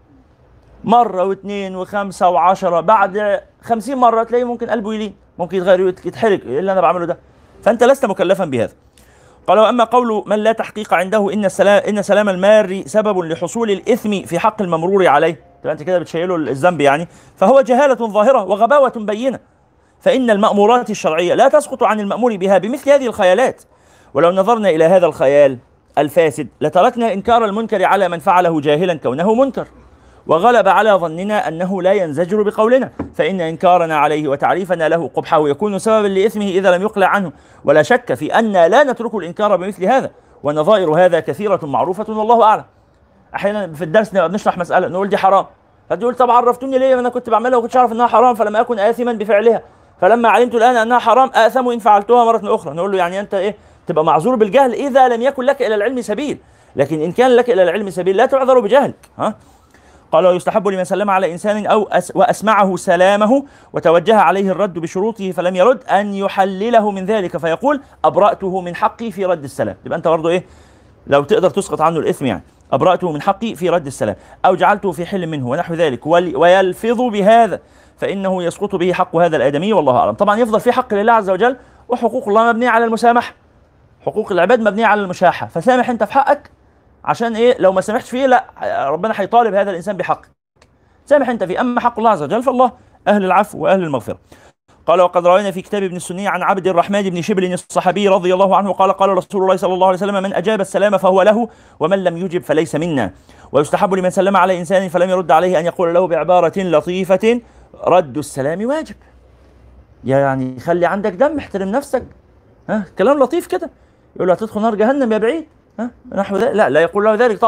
مرة واثنين وخمسة وعشرة، بعد خمسين مرة تلاقيه ممكن قلبه يلين، ممكن يتغير يتحرق، إيه اللي أنا بعمله ده؟ فأنت لست مكلفا بهذا. قال وأما قول من لا تحقيق عنده إن السلام إن سلام المار سبب لحصول الإثم في حق الممرور عليه، تبقى أنت كده بتشيله الذنب يعني، فهو جهالة ظاهرة وغباوة بينة، فإن المأمورات الشرعية لا تسقط عن المأمور بها بمثل هذه الخيالات. ولو نظرنا إلى هذا الخيال الفاسد لتركنا إنكار المنكر على من فعله جاهلا كونه منكر، وغلب على ظننا أنه لا ينزجر بقولنا، فإن إنكارنا عليه وتعريفنا له قبحه يكون سببا لإثمه إذا لم يقلع عنه، ولا شك في أن لا نترك الإنكار بمثل هذا، ونظائر هذا كثيرة معروفة والله أعلم. أحيانا في الدرس بنشرح مسألة نقول دي حرام، فتقول طب عرفتوني ليه؟ أنا كنت بعملها وكنت أعرف أنها حرام فلم أكن آثما بفعلها، فلما علمت الآن أنها حرام آثم إن فعلتها مرة أخرى. نقول له يعني أنت إيه؟ تبقى معذور بالجهل إذا لم يكن لك إلى العلم سبيل، لكن إن كان لك إلى العلم سبيل لا تعذر بجهلك. ها؟ قال ويستحب لمن سلم على إنسان أو أس وأسمعه سلامه وتوجه عليه الرد بشروطه فلم يرد أن يحلله من ذلك، فيقول أبرأته من حقي في رد السلام. يبقى أنت برضه إيه؟ لو تقدر تسقط عنه الإثم يعني، أبرأته من حقي في رد السلام، أو جعلته في حل منه ونحو ذلك، ويلفظ بهذا فإنه يسقط به حق هذا الآدمي والله أعلم. طبعا يفضل في حق لله عز وجل، وحقوق الله مبنية على المسامحة، حقوق العباد مبنية على المشاحة، فسامح أنت في حقك عشان إيه؟ لو ما سامحتش فيه لا ربنا هيطالب هذا الإنسان بحقك، سامح أنت فيه. أما حق الله عز وجل فالله أهل العفو وأهل المغفرة. قال وقد روينا في كتاب ابن السني عن عبد الرحمن بن شبل الصحابي رضي الله عنه قال قال رسول الله صلى الله عليه وسلم من أجاب السلام فهو له ومن لم يجب فليس منا. ويستحب لمن سلم على إنسان فلم يرد عليه أن يقول له بعبارة لطيفة رد السلام واجب، يعني خلي عندك دم، احترم نفسك، ها كلام لطيف كده، يقول له هتدخل نار جهنم يا بعيد، ها نحو ذلك، لا لا يقول له ذلك طبعا،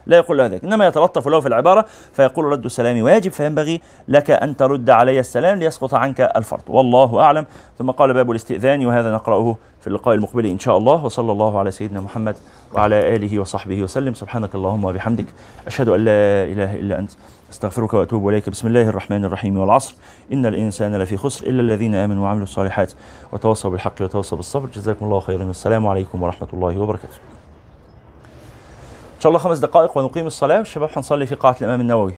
لا يقول له ذلك، إنما يتلطف له في العبارة فيقول رد السلام واجب، فينبغي لك أن ترد علي السلام ليسقط عنك الفرض، والله أعلم. ثم قال باب الاستئذان، وهذا نقرأه في اللقاء المقبل إن شاء الله. وصلى الله على سيدنا محمد وعلى آله وصحبه وسلم. سبحانك اللهم وبحمدك، أشهد أن لا إله إلا أنت، استغفرك وأتوب إليك. بسم الله الرحمن الرحيم. والعصر إن الإنسان لفي خسر إلا الذين آمنوا وعملوا الصالحات وتواصوا بالحق وتواصوا بالصبر. جزاكم الله خيرا، والسلام عليكم ورحمة الله وبركاته. إن شاء الله خمس دقائق ونقيم الصلاة، والشباب حنصلي في قاعة الإمام النووي.